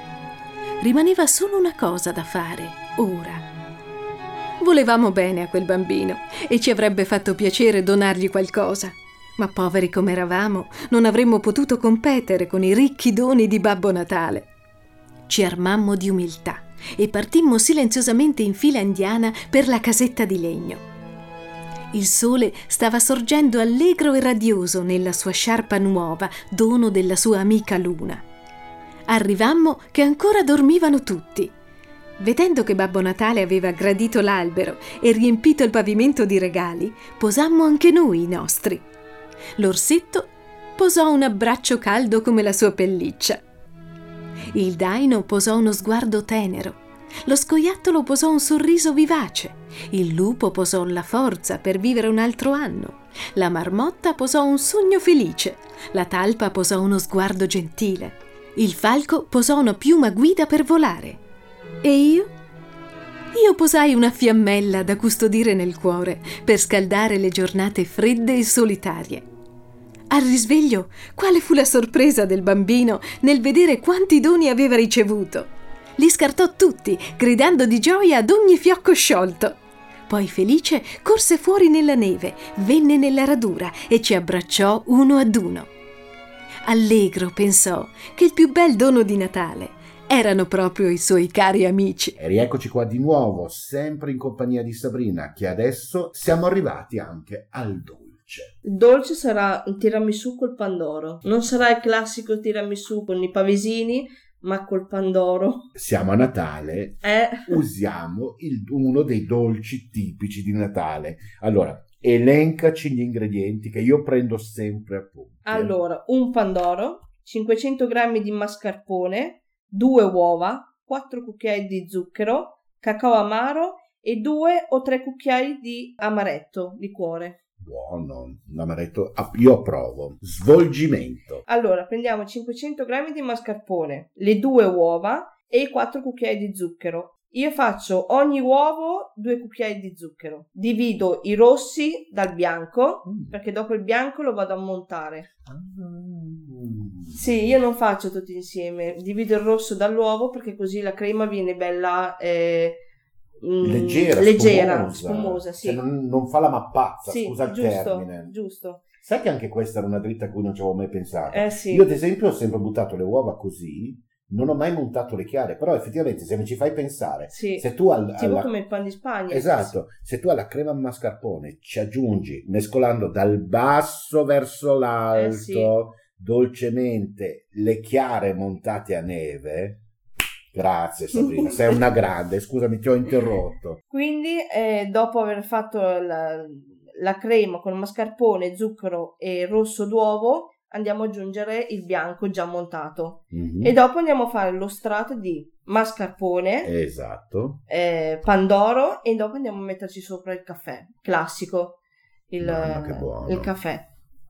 Rimaneva solo una cosa da fare, ora. Volevamo bene a quel bambino e ci avrebbe fatto piacere donargli qualcosa, ma poveri come eravamo, non avremmo potuto competere con i ricchi doni di Babbo Natale. Ci armammo di umiltà e partimmo silenziosamente in fila indiana per la casetta di legno. Il sole stava sorgendo allegro e radioso nella sua sciarpa nuova, dono della sua amica Luna. Arrivammo che ancora dormivano tutti. Vedendo che Babbo Natale aveva gradito l'albero e riempito il pavimento di regali, posammo anche noi i nostri. L'orsetto posò un abbraccio caldo come la sua pelliccia. Il daino posò uno sguardo tenero. Lo scoiattolo posò un sorriso vivace. Il lupo posò la forza per vivere un altro anno. La marmotta posò un sogno felice. La talpa posò uno sguardo gentile. Il falco posò una piuma guida per volare. E io? Io posai una fiammella da custodire nel cuore per scaldare le giornate fredde e solitarie. Al risveglio, quale fu la sorpresa del bambino nel vedere quanti doni aveva ricevuto. Li scartò tutti, gridando di gioia ad ogni fiocco sciolto. Poi felice corse fuori nella neve, venne nella radura e ci abbracciò uno ad uno. Allegro pensò che il più bel dono di Natale erano proprio i suoi cari amici. E rieccoci qua di nuovo, sempre in compagnia di Sabrina, che adesso siamo arrivati anche al dolce. Il dolce sarà un tiramisù col pandoro. Non sarà il classico tiramisù con i pavesini, ma col pandoro. Siamo a Natale, eh. usiamo il, uno dei dolci tipici di Natale. Allora, elencaci gli ingredienti che io prendo sempre a punto. Allora, un pandoro, cinquecento grammi di mascarpone, due uova, quattro cucchiai di zucchero, cacao amaro e due o tre cucchiai di amaretto, liquore. Buono, l'amaretto, io approvo. Svolgimento. Allora, prendiamo cinquecento grammi di mascarpone, le due uova e i quattro cucchiai di zucchero. Io faccio ogni uovo due cucchiai di zucchero. Divido i rossi dal bianco, mm. perché dopo il bianco lo vado a montare. Mm. Sì, io non faccio tutti insieme. Divido il rosso dall'uovo perché così la crema viene bella... Eh, leggera, leggera spumosa, spumosa sì. Cioè non, non fa la mappazza, sì, scusa il giusto, termine. Giusto. Sai che anche questa era una dritta a cui non ci avevo mai pensato. Eh, sì. Io ad esempio ho sempre buttato le uova così, non ho mai montato le chiare, però effettivamente se mi ci fai pensare, sì. se tu al, tipo alla... come il pan di Spagna. Esatto, se tu alla crema mascarpone ci aggiungi, mescolando dal basso verso l'alto, eh, sì. dolcemente, le chiare montate a neve... Grazie Sabrina, sei una grande, scusami ti ho interrotto. Quindi eh, dopo aver fatto la, la crema con mascarpone, zucchero e rosso d'uovo andiamo ad aggiungere il bianco già montato mm-hmm. e dopo andiamo a fare lo strato di mascarpone, esatto, eh, pandoro e dopo andiamo a metterci sopra il caffè classico, il, Mamma, che buono. Il caffè,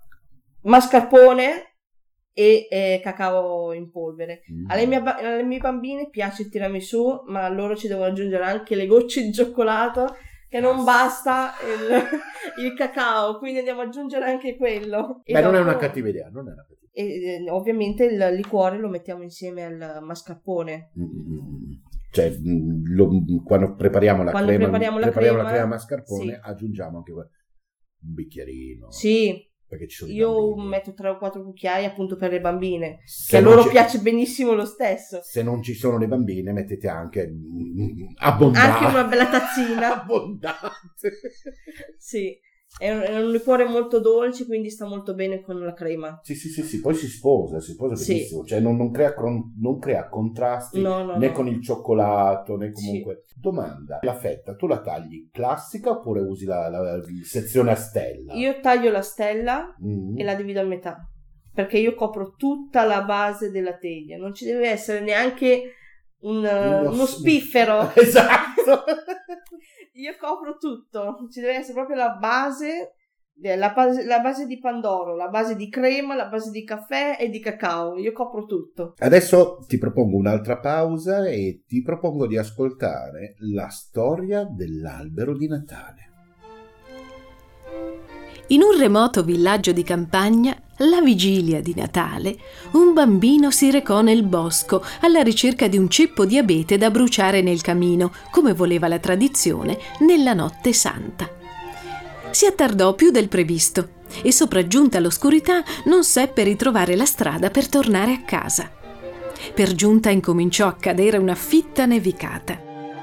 mascarpone e eh, cacao in polvere. Mm. Alle, mie, alle mie bambine piace il tiramisù, ma a loro ci devono aggiungere anche le gocce di cioccolato, che non basta il, il cacao, quindi andiamo ad aggiungere anche quello. Beh, e non dopo... è una cattiva idea, non è una cattiva e eh, ovviamente il liquore lo mettiamo insieme al mascarpone. Mm. Cioè, lo, quando prepariamo la quando crema, prepariamo la prepariamo crema, la crema mascarpone, sì. aggiungiamo anche un bicchierino. Sì, perché ci sono i io bambini. metto tre o quattro cucchiai appunto per le bambine, Se che a non loro ci- piace benissimo lo stesso. Se non ci sono le bambine, mettete anche mm, abbondante. Anche una bella tazzina. abbondante. Sì, è un, è un liquore molto dolce, quindi sta molto bene con la crema. Sì, sì, sì, sì, poi si sposa, si sposa Sì. benissimo, cioè non, non, crea, con- non crea contrasti No, no, né no. con il cioccolato né comunque. Domanda, la fetta tu la tagli classica oppure usi la, la- la sezione a stella? Io taglio la stella Mm. e la divido a metà, perché io copro tutta la base della teglia, non ci deve essere neanche un, Uno uno s- spiffero. Esatto. Io copro tutto, ci deve essere proprio la base, la base, la base di pandoro, la base di crema, la base di caffè e di cacao. Io copro tutto. Adesso ti propongo un'altra pausa e ti propongo di ascoltare la storia dell'albero di Natale. In un remoto villaggio di campagna, la vigilia di Natale, un bambino si recò nel bosco alla ricerca di un ceppo di abete da bruciare nel camino, come voleva la tradizione, nella notte santa. Si attardò più del previsto e, sopraggiunta l'oscurità, non seppe ritrovare la strada per tornare a casa. Per giunta incominciò a cadere una fitta nevicata.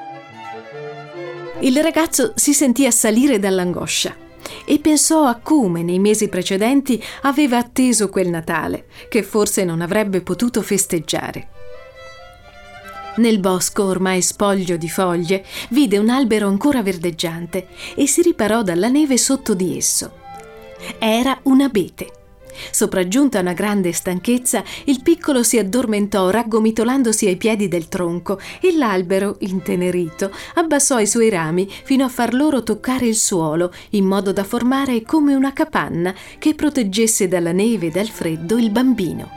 Il ragazzo si sentì assalire dall'angoscia e pensò a come nei mesi precedenti aveva atteso quel Natale, che forse non avrebbe potuto festeggiare. Nel bosco, ormai spoglio di foglie, vide un albero ancora verdeggiante e si riparò dalla neve sotto di esso. Era un abete. Sopraggiunta una grande stanchezza, il piccolo si addormentò raggomitolandosi ai piedi del tronco e l'albero, intenerito, abbassò i suoi rami fino a far loro toccare il suolo, in modo da formare come una capanna che proteggesse dalla neve e dal freddo il bambino.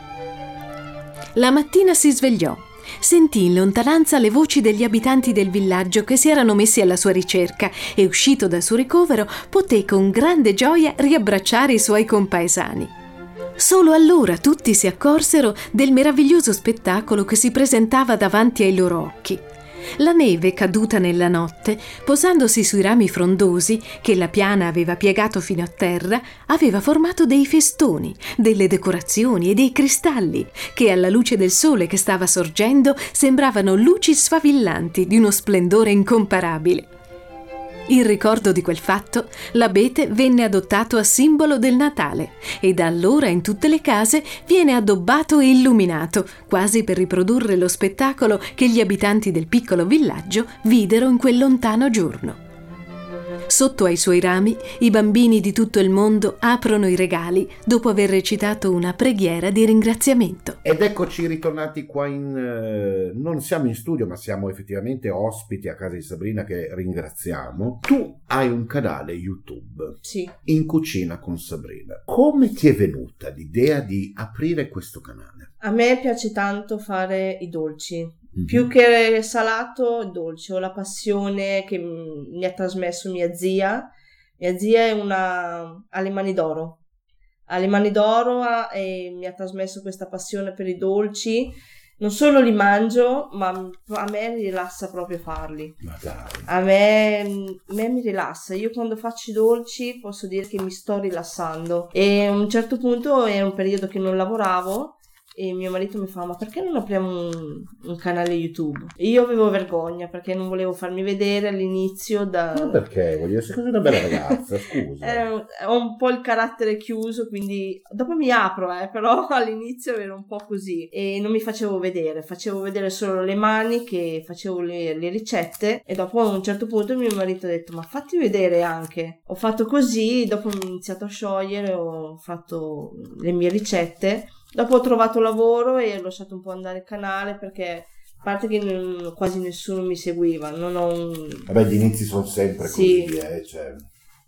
La mattina si svegliò. Sentì in lontananza le voci degli abitanti del villaggio che si erano messi alla sua ricerca e, uscito dal suo ricovero, poté con grande gioia riabbracciare i suoi compaesani. Solo allora tutti si accorsero del meraviglioso spettacolo che si presentava davanti ai loro occhi. La neve caduta nella notte, posandosi sui rami frondosi che la piana aveva piegato fino a terra, aveva formato dei festoni, delle decorazioni e dei cristalli che alla luce del sole che stava sorgendo sembravano luci sfavillanti di uno splendore incomparabile. In ricordo di quel fatto, l'abete venne adottato a simbolo del Natale e da allora in tutte le case viene addobbato e illuminato, quasi per riprodurre lo spettacolo che gli abitanti del piccolo villaggio videro in quel lontano giorno. Sotto ai suoi rami, i bambini di tutto il mondo aprono i regali dopo aver recitato una preghiera di ringraziamento. Ed eccoci ritornati qua in... Eh, non siamo in studio, ma siamo effettivamente ospiti a casa di Sabrina, che ringraziamo. Tu hai un canale YouTube. Sì. In cucina con Sabrina. Come ti è venuta l'idea di aprire questo canale? A me piace tanto fare i dolci. Mm-hmm. Più che salato, dolce. Ho la passione che mi ha trasmesso mia zia. Mia zia è una... ha le mani d'oro. Ha le mani d'oro e mi ha trasmesso questa passione per i dolci. Non solo li mangio, ma a me rilassa proprio farli. Ma dai. A me, a me mi rilassa. Io quando faccio i dolci posso dire che mi sto rilassando. E a un certo punto è un periodo che non lavoravo. E mio marito mi fa: ma perché non apriamo un, un canale YouTube? E io avevo vergogna perché non volevo farmi vedere all'inizio da... Ma perché? Voglio essere così una bella ragazza, scusa. Eh, ho un po' il carattere chiuso, quindi dopo mi apro, eh, però all'inizio ero un po' così e non mi facevo vedere, facevo vedere solo le mani che facevo le, le ricette, e dopo a un certo punto mio marito ha detto: ma fatti vedere anche. Ho fatto così, dopo mi ho iniziato a sciogliere, ho fatto le mie ricette. Dopo ho trovato lavoro e ho lasciato un po' andare il canale perché, a parte che non, quasi nessuno mi seguiva, non ho un... Vabbè, gli inizi sono sempre sì. così, eh, cioè...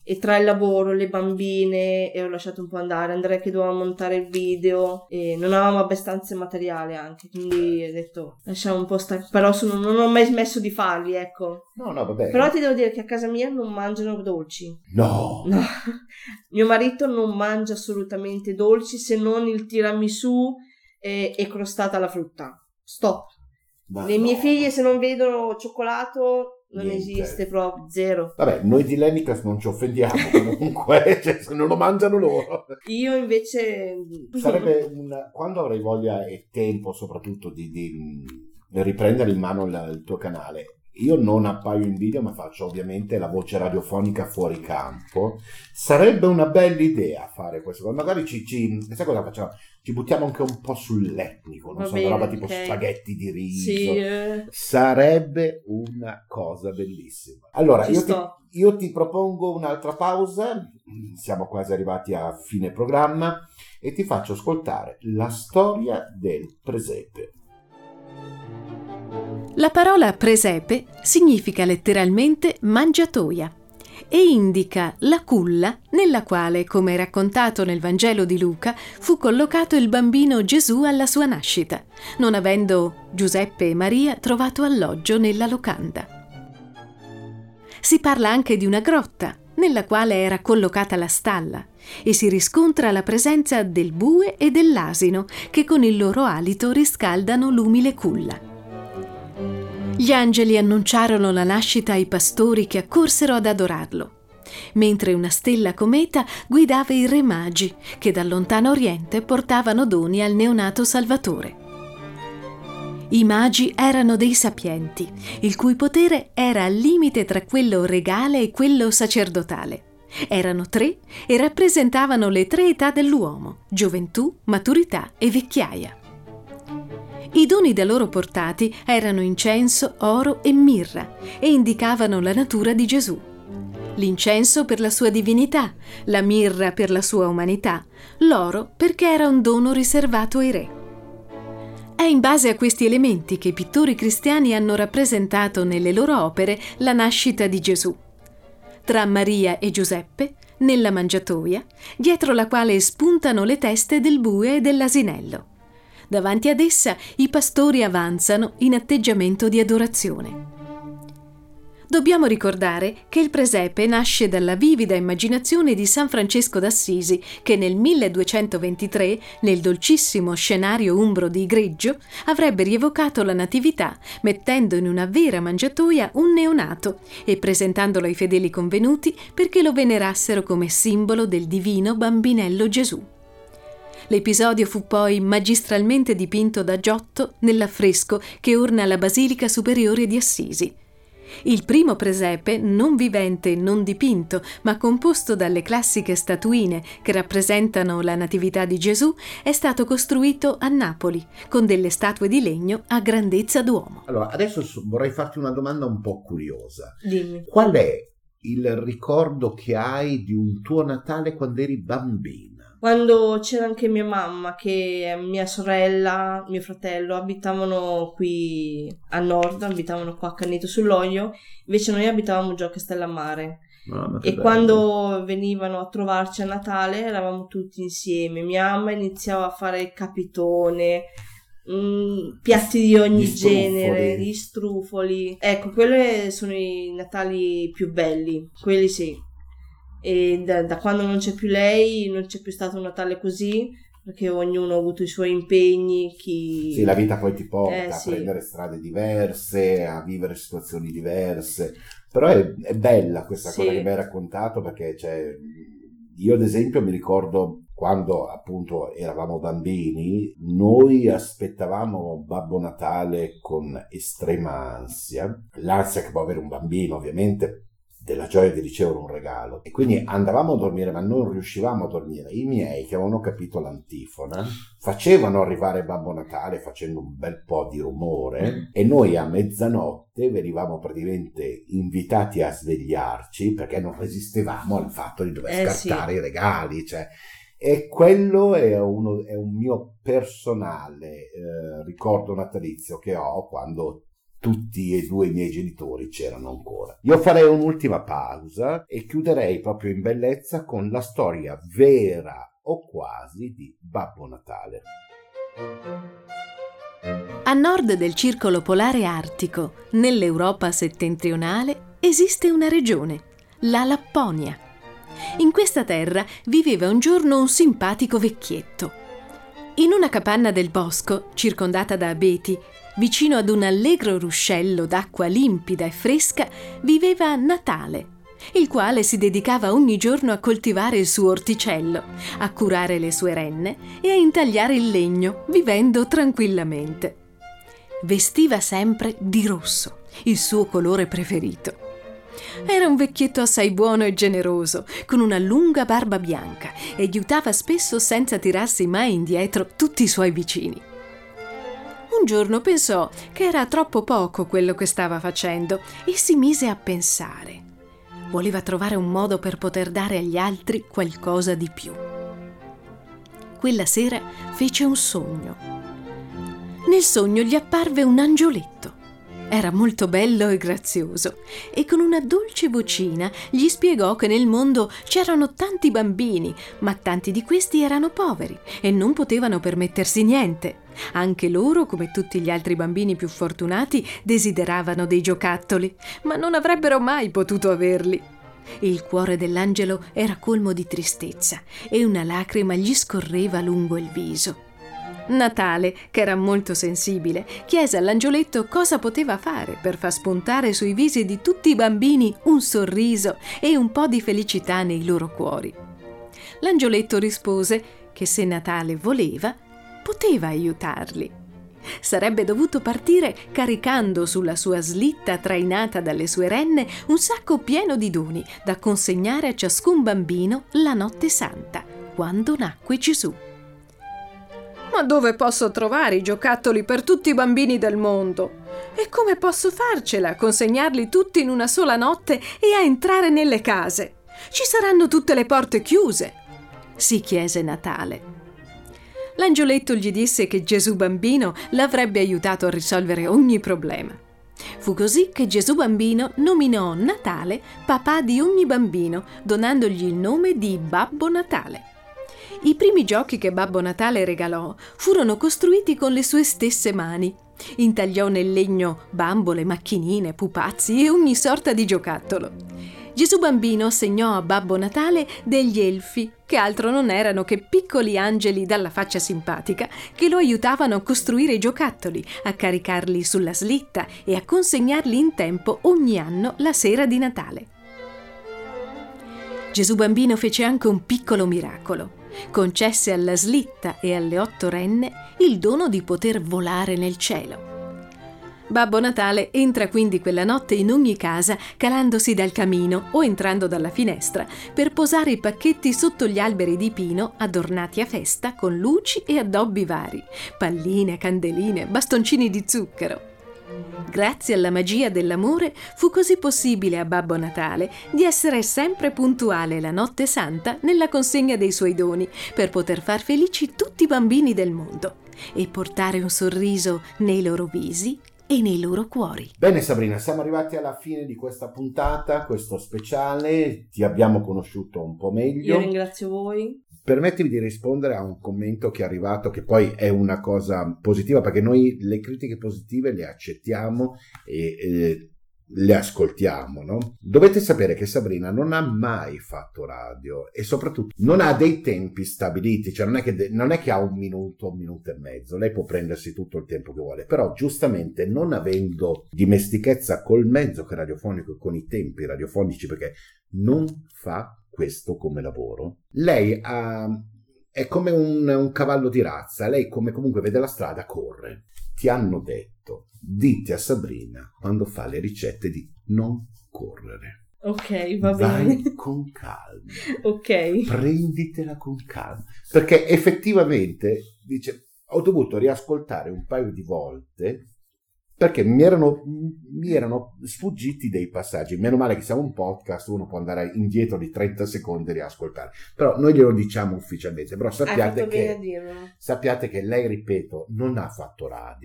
e tra il lavoro, le bambine, e ho lasciato un po' andare. Andrea che doveva montare il video e non avevamo abbastanza materiale anche, quindi ho detto lasciamo un po' stare, però sono, non ho mai smesso di farli, ecco. No, no, vabbè. Però ti devo dire che a casa mia non mangiano dolci. No! No. Mio marito non mangia assolutamente dolci, se non il tiramisù e, e crostata alla frutta. Stop. Ma Le no. mie figlie se non vedono cioccolato non Niente. esiste proprio, zero. Vabbè, noi di Lennicas non ci offendiamo comunque, cioè se non lo mangiano loro. Io invece... Sarebbe una... quando avrai voglia e tempo soprattutto di, di, di riprendere in mano il, il tuo canale. Io non appaio in video, ma faccio ovviamente la voce radiofonica fuori campo. Sarebbe una bella idea fare questo. Magari ci, ci sai cosa facciamo? Ci buttiamo anche un po' sull'etnico, non Va so, bene, una roba tipo ok. spaghetti di riso. Sì, eh. Sarebbe una cosa bellissima. Allora, Ci io ti, sto. io ti propongo un'altra pausa. Siamo quasi arrivati a fine programma e ti faccio ascoltare la storia del presepe. La parola presepe significa letteralmente mangiatoia e indica la culla nella quale, come raccontato nel Vangelo di Luca, fu collocato il bambino Gesù alla sua nascita, non avendo Giuseppe e Maria trovato alloggio nella locanda. Si parla anche di una grotta nella quale era collocata la stalla e si riscontra la presenza del bue e dell'asino che con il loro alito riscaldano l'umile culla. Gli angeli annunciarono la nascita ai pastori che accorsero ad adorarlo, mentre una stella cometa guidava i re magi che dal lontano oriente portavano doni al neonato Salvatore. I magi erano dei sapienti, il cui potere era al limite tra quello regale e quello sacerdotale. Erano tre e rappresentavano le tre età dell'uomo: gioventù, maturità e vecchiaia. I doni da loro portati erano incenso, oro e mirra e indicavano la natura di Gesù. L'incenso per la sua divinità, la mirra per la sua umanità, l'oro perché era un dono riservato ai re. È in base a questi elementi che i pittori cristiani hanno rappresentato nelle loro opere la nascita di Gesù. Tra Maria e Giuseppe, nella mangiatoia, dietro la quale spuntano le teste del bue e dell'asinello. Davanti ad essa i pastori avanzano in atteggiamento di adorazione. Dobbiamo ricordare che il presepe nasce dalla vivida immaginazione di San Francesco d'Assisi, che nel milleduecentoventitré, nel dolcissimo scenario umbro di Greggio, avrebbe rievocato la natività mettendo in una vera mangiatoia un neonato e presentandolo ai fedeli convenuti perché lo venerassero come simbolo del divino bambinello Gesù. L'episodio fu poi magistralmente dipinto da Giotto nell'affresco che orna la Basilica Superiore di Assisi. Il primo presepe, non vivente e non dipinto, ma composto dalle classiche statuine che rappresentano la Natività di Gesù, è stato costruito a Napoli, con delle statue di legno a grandezza d'uomo. Allora, adesso vorrei farti una domanda un po' curiosa. Dimmi. Qual è il ricordo che hai di un tuo Natale quando eri bambina? Quando c'era anche mia mamma, che mia sorella, mio fratello abitavano qui a nord, abitavano qua a Canneto sull'Oglio, invece noi abitavamo giù a Castellammare. Oh, e bello. Quando venivano a trovarci a Natale eravamo tutti insieme. Mia mamma iniziava a fare il capitone, mh, piatti di ogni Gli strufoli. genere, gli strufoli. Ecco, quelli sono i Natali più belli, quelli sì. E da, da quando non c'è più lei non c'è più stato un Natale così, perché ognuno ha avuto i suoi impegni. Chi... Sì, la vita poi ti porta Eh, a sì. prendere strade diverse, a vivere situazioni diverse, però è, è bella questa Sì. cosa che mi hai raccontato, perché cioè, io ad esempio mi ricordo quando appunto eravamo bambini, noi aspettavamo Babbo Natale con estrema ansia, l'ansia che può avere un bambino ovviamente, della gioia di ricevere un regalo, e quindi andavamo a dormire ma non riuscivamo a dormire. I miei, che avevano capito l'antifona, facevano arrivare Babbo Natale facendo un bel po' di rumore e noi a mezzanotte venivamo praticamente invitati a svegliarci perché non resistevamo al fatto di dover Eh, scartare sì. i regali, cioè. E quello è, uno, è un mio personale eh, ricordo natalizio che ho quando tutti e due i miei genitori c'erano ancora. Io farei un'ultima pausa e chiuderei proprio in bellezza con la storia vera o quasi di Babbo Natale. A nord del circolo polare artico, nell'Europa settentrionale, esiste una regione, la Lapponia. In questa terra viveva un giorno un simpatico vecchietto. In una capanna del bosco, circondata da abeti, vicino ad un allegro ruscello d'acqua limpida e fresca, viveva Natale, il quale si dedicava ogni giorno a coltivare il suo orticello, a curare le sue renne e a intagliare il legno, vivendo tranquillamente. Vestiva sempre di rosso, il suo colore preferito. Era un vecchietto assai buono e generoso, con una lunga barba bianca, e aiutava spesso senza tirarsi mai indietro tutti i suoi vicini. Un giorno pensò che era troppo poco quello che stava facendo e si mise a pensare. Voleva trovare un modo per poter dare agli altri qualcosa di più. Quella sera fece un sogno. Nel sogno gli apparve un angioletto. Era molto bello e grazioso e con una dolce vocina gli spiegò che nel mondo c'erano tanti bambini, ma tanti di questi erano poveri e non potevano permettersi niente. Anche loro, come tutti gli altri bambini più fortunati, desideravano dei giocattoli, ma non avrebbero mai potuto averli. Il cuore dell'angelo era colmo di tristezza e una lacrima gli scorreva lungo il viso. Natale, che era molto sensibile, chiese all'angioletto cosa poteva fare per far spuntare sui visi di tutti i bambini un sorriso e un po' di felicità nei loro cuori. L'angioletto rispose che se Natale voleva, poteva aiutarli. Sarebbe dovuto partire caricando sulla sua slitta trainata dalle sue renne un sacco pieno di doni da consegnare a ciascun bambino la notte santa, quando nacque Gesù. Ma dove posso trovare i giocattoli per tutti i bambini del mondo? E come posso farcela a consegnarli tutti in una sola notte e a entrare nelle case? Ci saranno tutte le porte chiuse, si chiese Natale. L'angioletto gli disse che Gesù bambino l'avrebbe aiutato a risolvere ogni problema. Fu così che Gesù bambino nominò Natale papà di ogni bambino, donandogli il nome di Babbo Natale. I primi giochi che Babbo Natale regalò furono costruiti con le sue stesse mani. Intagliò nel legno bambole, macchinine, pupazzi e ogni sorta di giocattolo. Gesù bambino segnò a Babbo Natale degli elfi, che altro non erano che piccoli angeli dalla faccia simpatica, che lo aiutavano a costruire i giocattoli, a caricarli sulla slitta e a consegnarli in tempo ogni anno la sera di Natale. Gesù bambino fece anche un piccolo miracolo. Concesse alla slitta e alle otto renne il dono di poter volare nel cielo. Babbo Natale entra quindi quella notte in ogni casa calandosi dal camino o entrando dalla finestra per posare i pacchetti sotto gli alberi di pino adornati a festa con luci e addobbi vari, palline, candeline, bastoncini di zucchero. Grazie alla magia dell'amore fu così possibile a Babbo Natale di essere sempre puntuale la notte santa nella consegna dei suoi doni per poter far felici tutti i bambini del mondo e portare un sorriso nei loro visi e nei loro cuori. Bene Sabrina, siamo arrivati alla fine di questa puntata, questo speciale, ti abbiamo conosciuto un po' meglio. Io ringrazio voi. Permettimi di rispondere a un commento che è arrivato, che poi è una cosa positiva, perché noi le critiche positive le accettiamo e, e le ascoltiamo, no? Dovete sapere che Sabrina non ha mai fatto radio e soprattutto non ha dei tempi stabiliti, cioè non è che, de- non è che ha un minuto, un minuto e mezzo, lei può prendersi tutto il tempo che vuole, però giustamente non avendo dimestichezza col mezzo che radiofonico e con i tempi radiofonici, perché non fa questo come lavoro, lei ha, è come un, un cavallo di razza, lei come comunque vede la strada corre. Ti hanno detto, dite a Sabrina quando fa le ricette di non correre. Ok, va Vai bene. con calma. Ok. Prenditela con calma. Perché effettivamente, dice, ho dovuto riascoltare un paio di volte perché mi erano, mi erano sfuggiti dei passaggi. Meno male che siamo un podcast, uno può andare indietro di trenta secondi e riascoltare. Però noi glielo diciamo ufficialmente. Però sappiate che, sappiate che lei, ripeto, non ha fatto radio,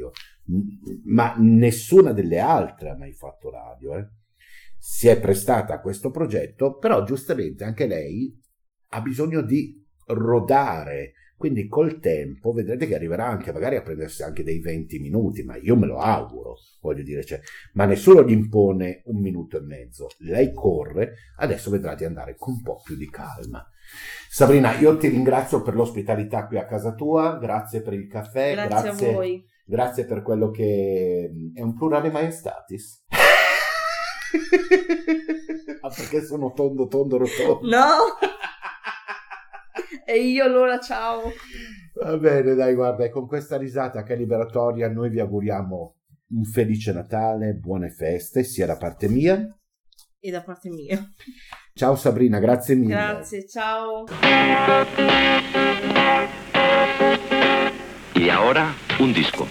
ma nessuna delle altre ha mai fatto radio, eh. Si è prestata a questo progetto, però giustamente anche lei ha bisogno di rodare, quindi col tempo vedrete che arriverà anche magari a prendersi anche dei venti minuti, ma io me lo auguro, voglio dire, cioè, ma nessuno gli impone un minuto e mezzo, lei corre, adesso vedrà di andare con un po' più di calma. Sabrina, io ti ringrazio per l'ospitalità qui a casa tua, grazie per il caffè, grazie, grazie a voi, grazie per quello che è un plurale maestatis. Ah, perché sono tondo tondo rotondo? No. E io allora ciao. Va bene, dai, guarda, e con questa risata che è liberatoria noi vi auguriamo un felice Natale, buone feste, sia da parte mia e da parte mia. Ciao Sabrina, grazie mille. Grazie, ciao. E ora un disco.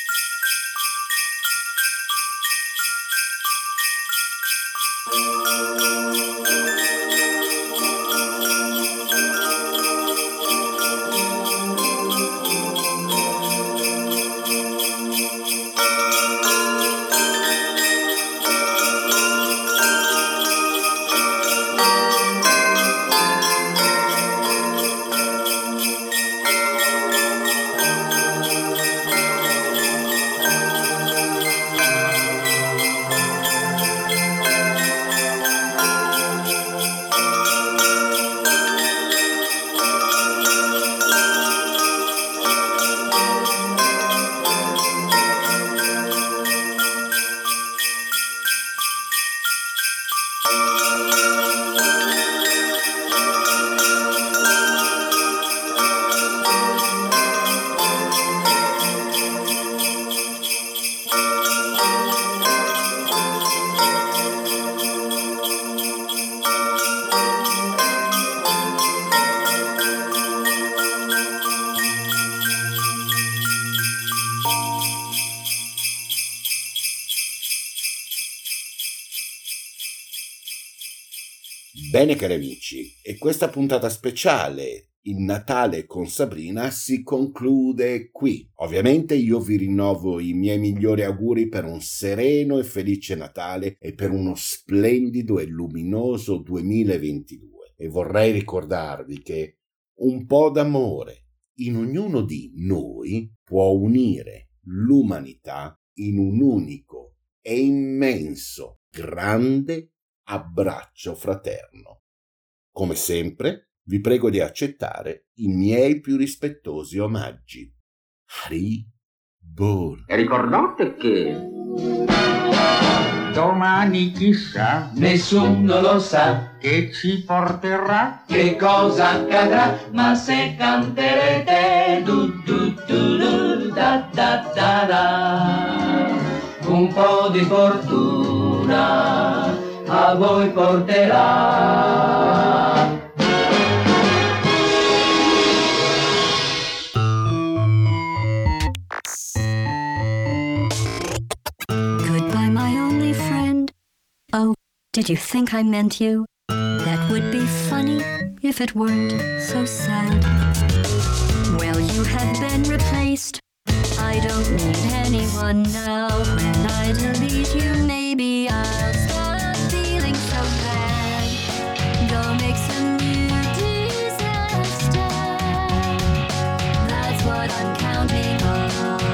Bene cari amici, e questa puntata speciale, il Natale con Sabrina, si conclude qui. Ovviamente io vi rinnovo i miei migliori auguri per un sereno e felice Natale e per uno splendido e luminoso duemilaventidue. E vorrei ricordarvi che un po' d'amore in ognuno di noi può unire l'umanità in un unico e immenso, grande abbraccio fraterno. Come sempre, vi prego di accettare i miei più rispettosi omaggi. Hari Bol. E ricordate che domani chissà, nessuno lo sa, che ci porterà, che cosa accadrà, ma se canterete du du du du da da da da, un po' di fortuna a voi porterà. Goodbye, my only friend. Oh, did you think I meant you? That would be funny if it weren't so sad. Well, you have been replaced. I don't need anyone now. When I delete you, maybe I'll stop feeling so bad. Go make some new disaster. That's what I'm counting on.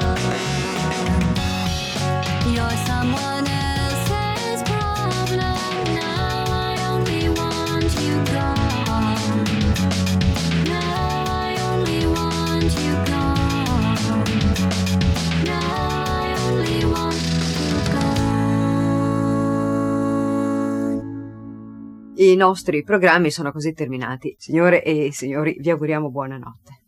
You're someone else's problem. Now I only want you gone. Now I only want you gone. Now I only want you gone. I nostri programmi sono così terminati. Signore e signori, vi auguriamo buonanotte.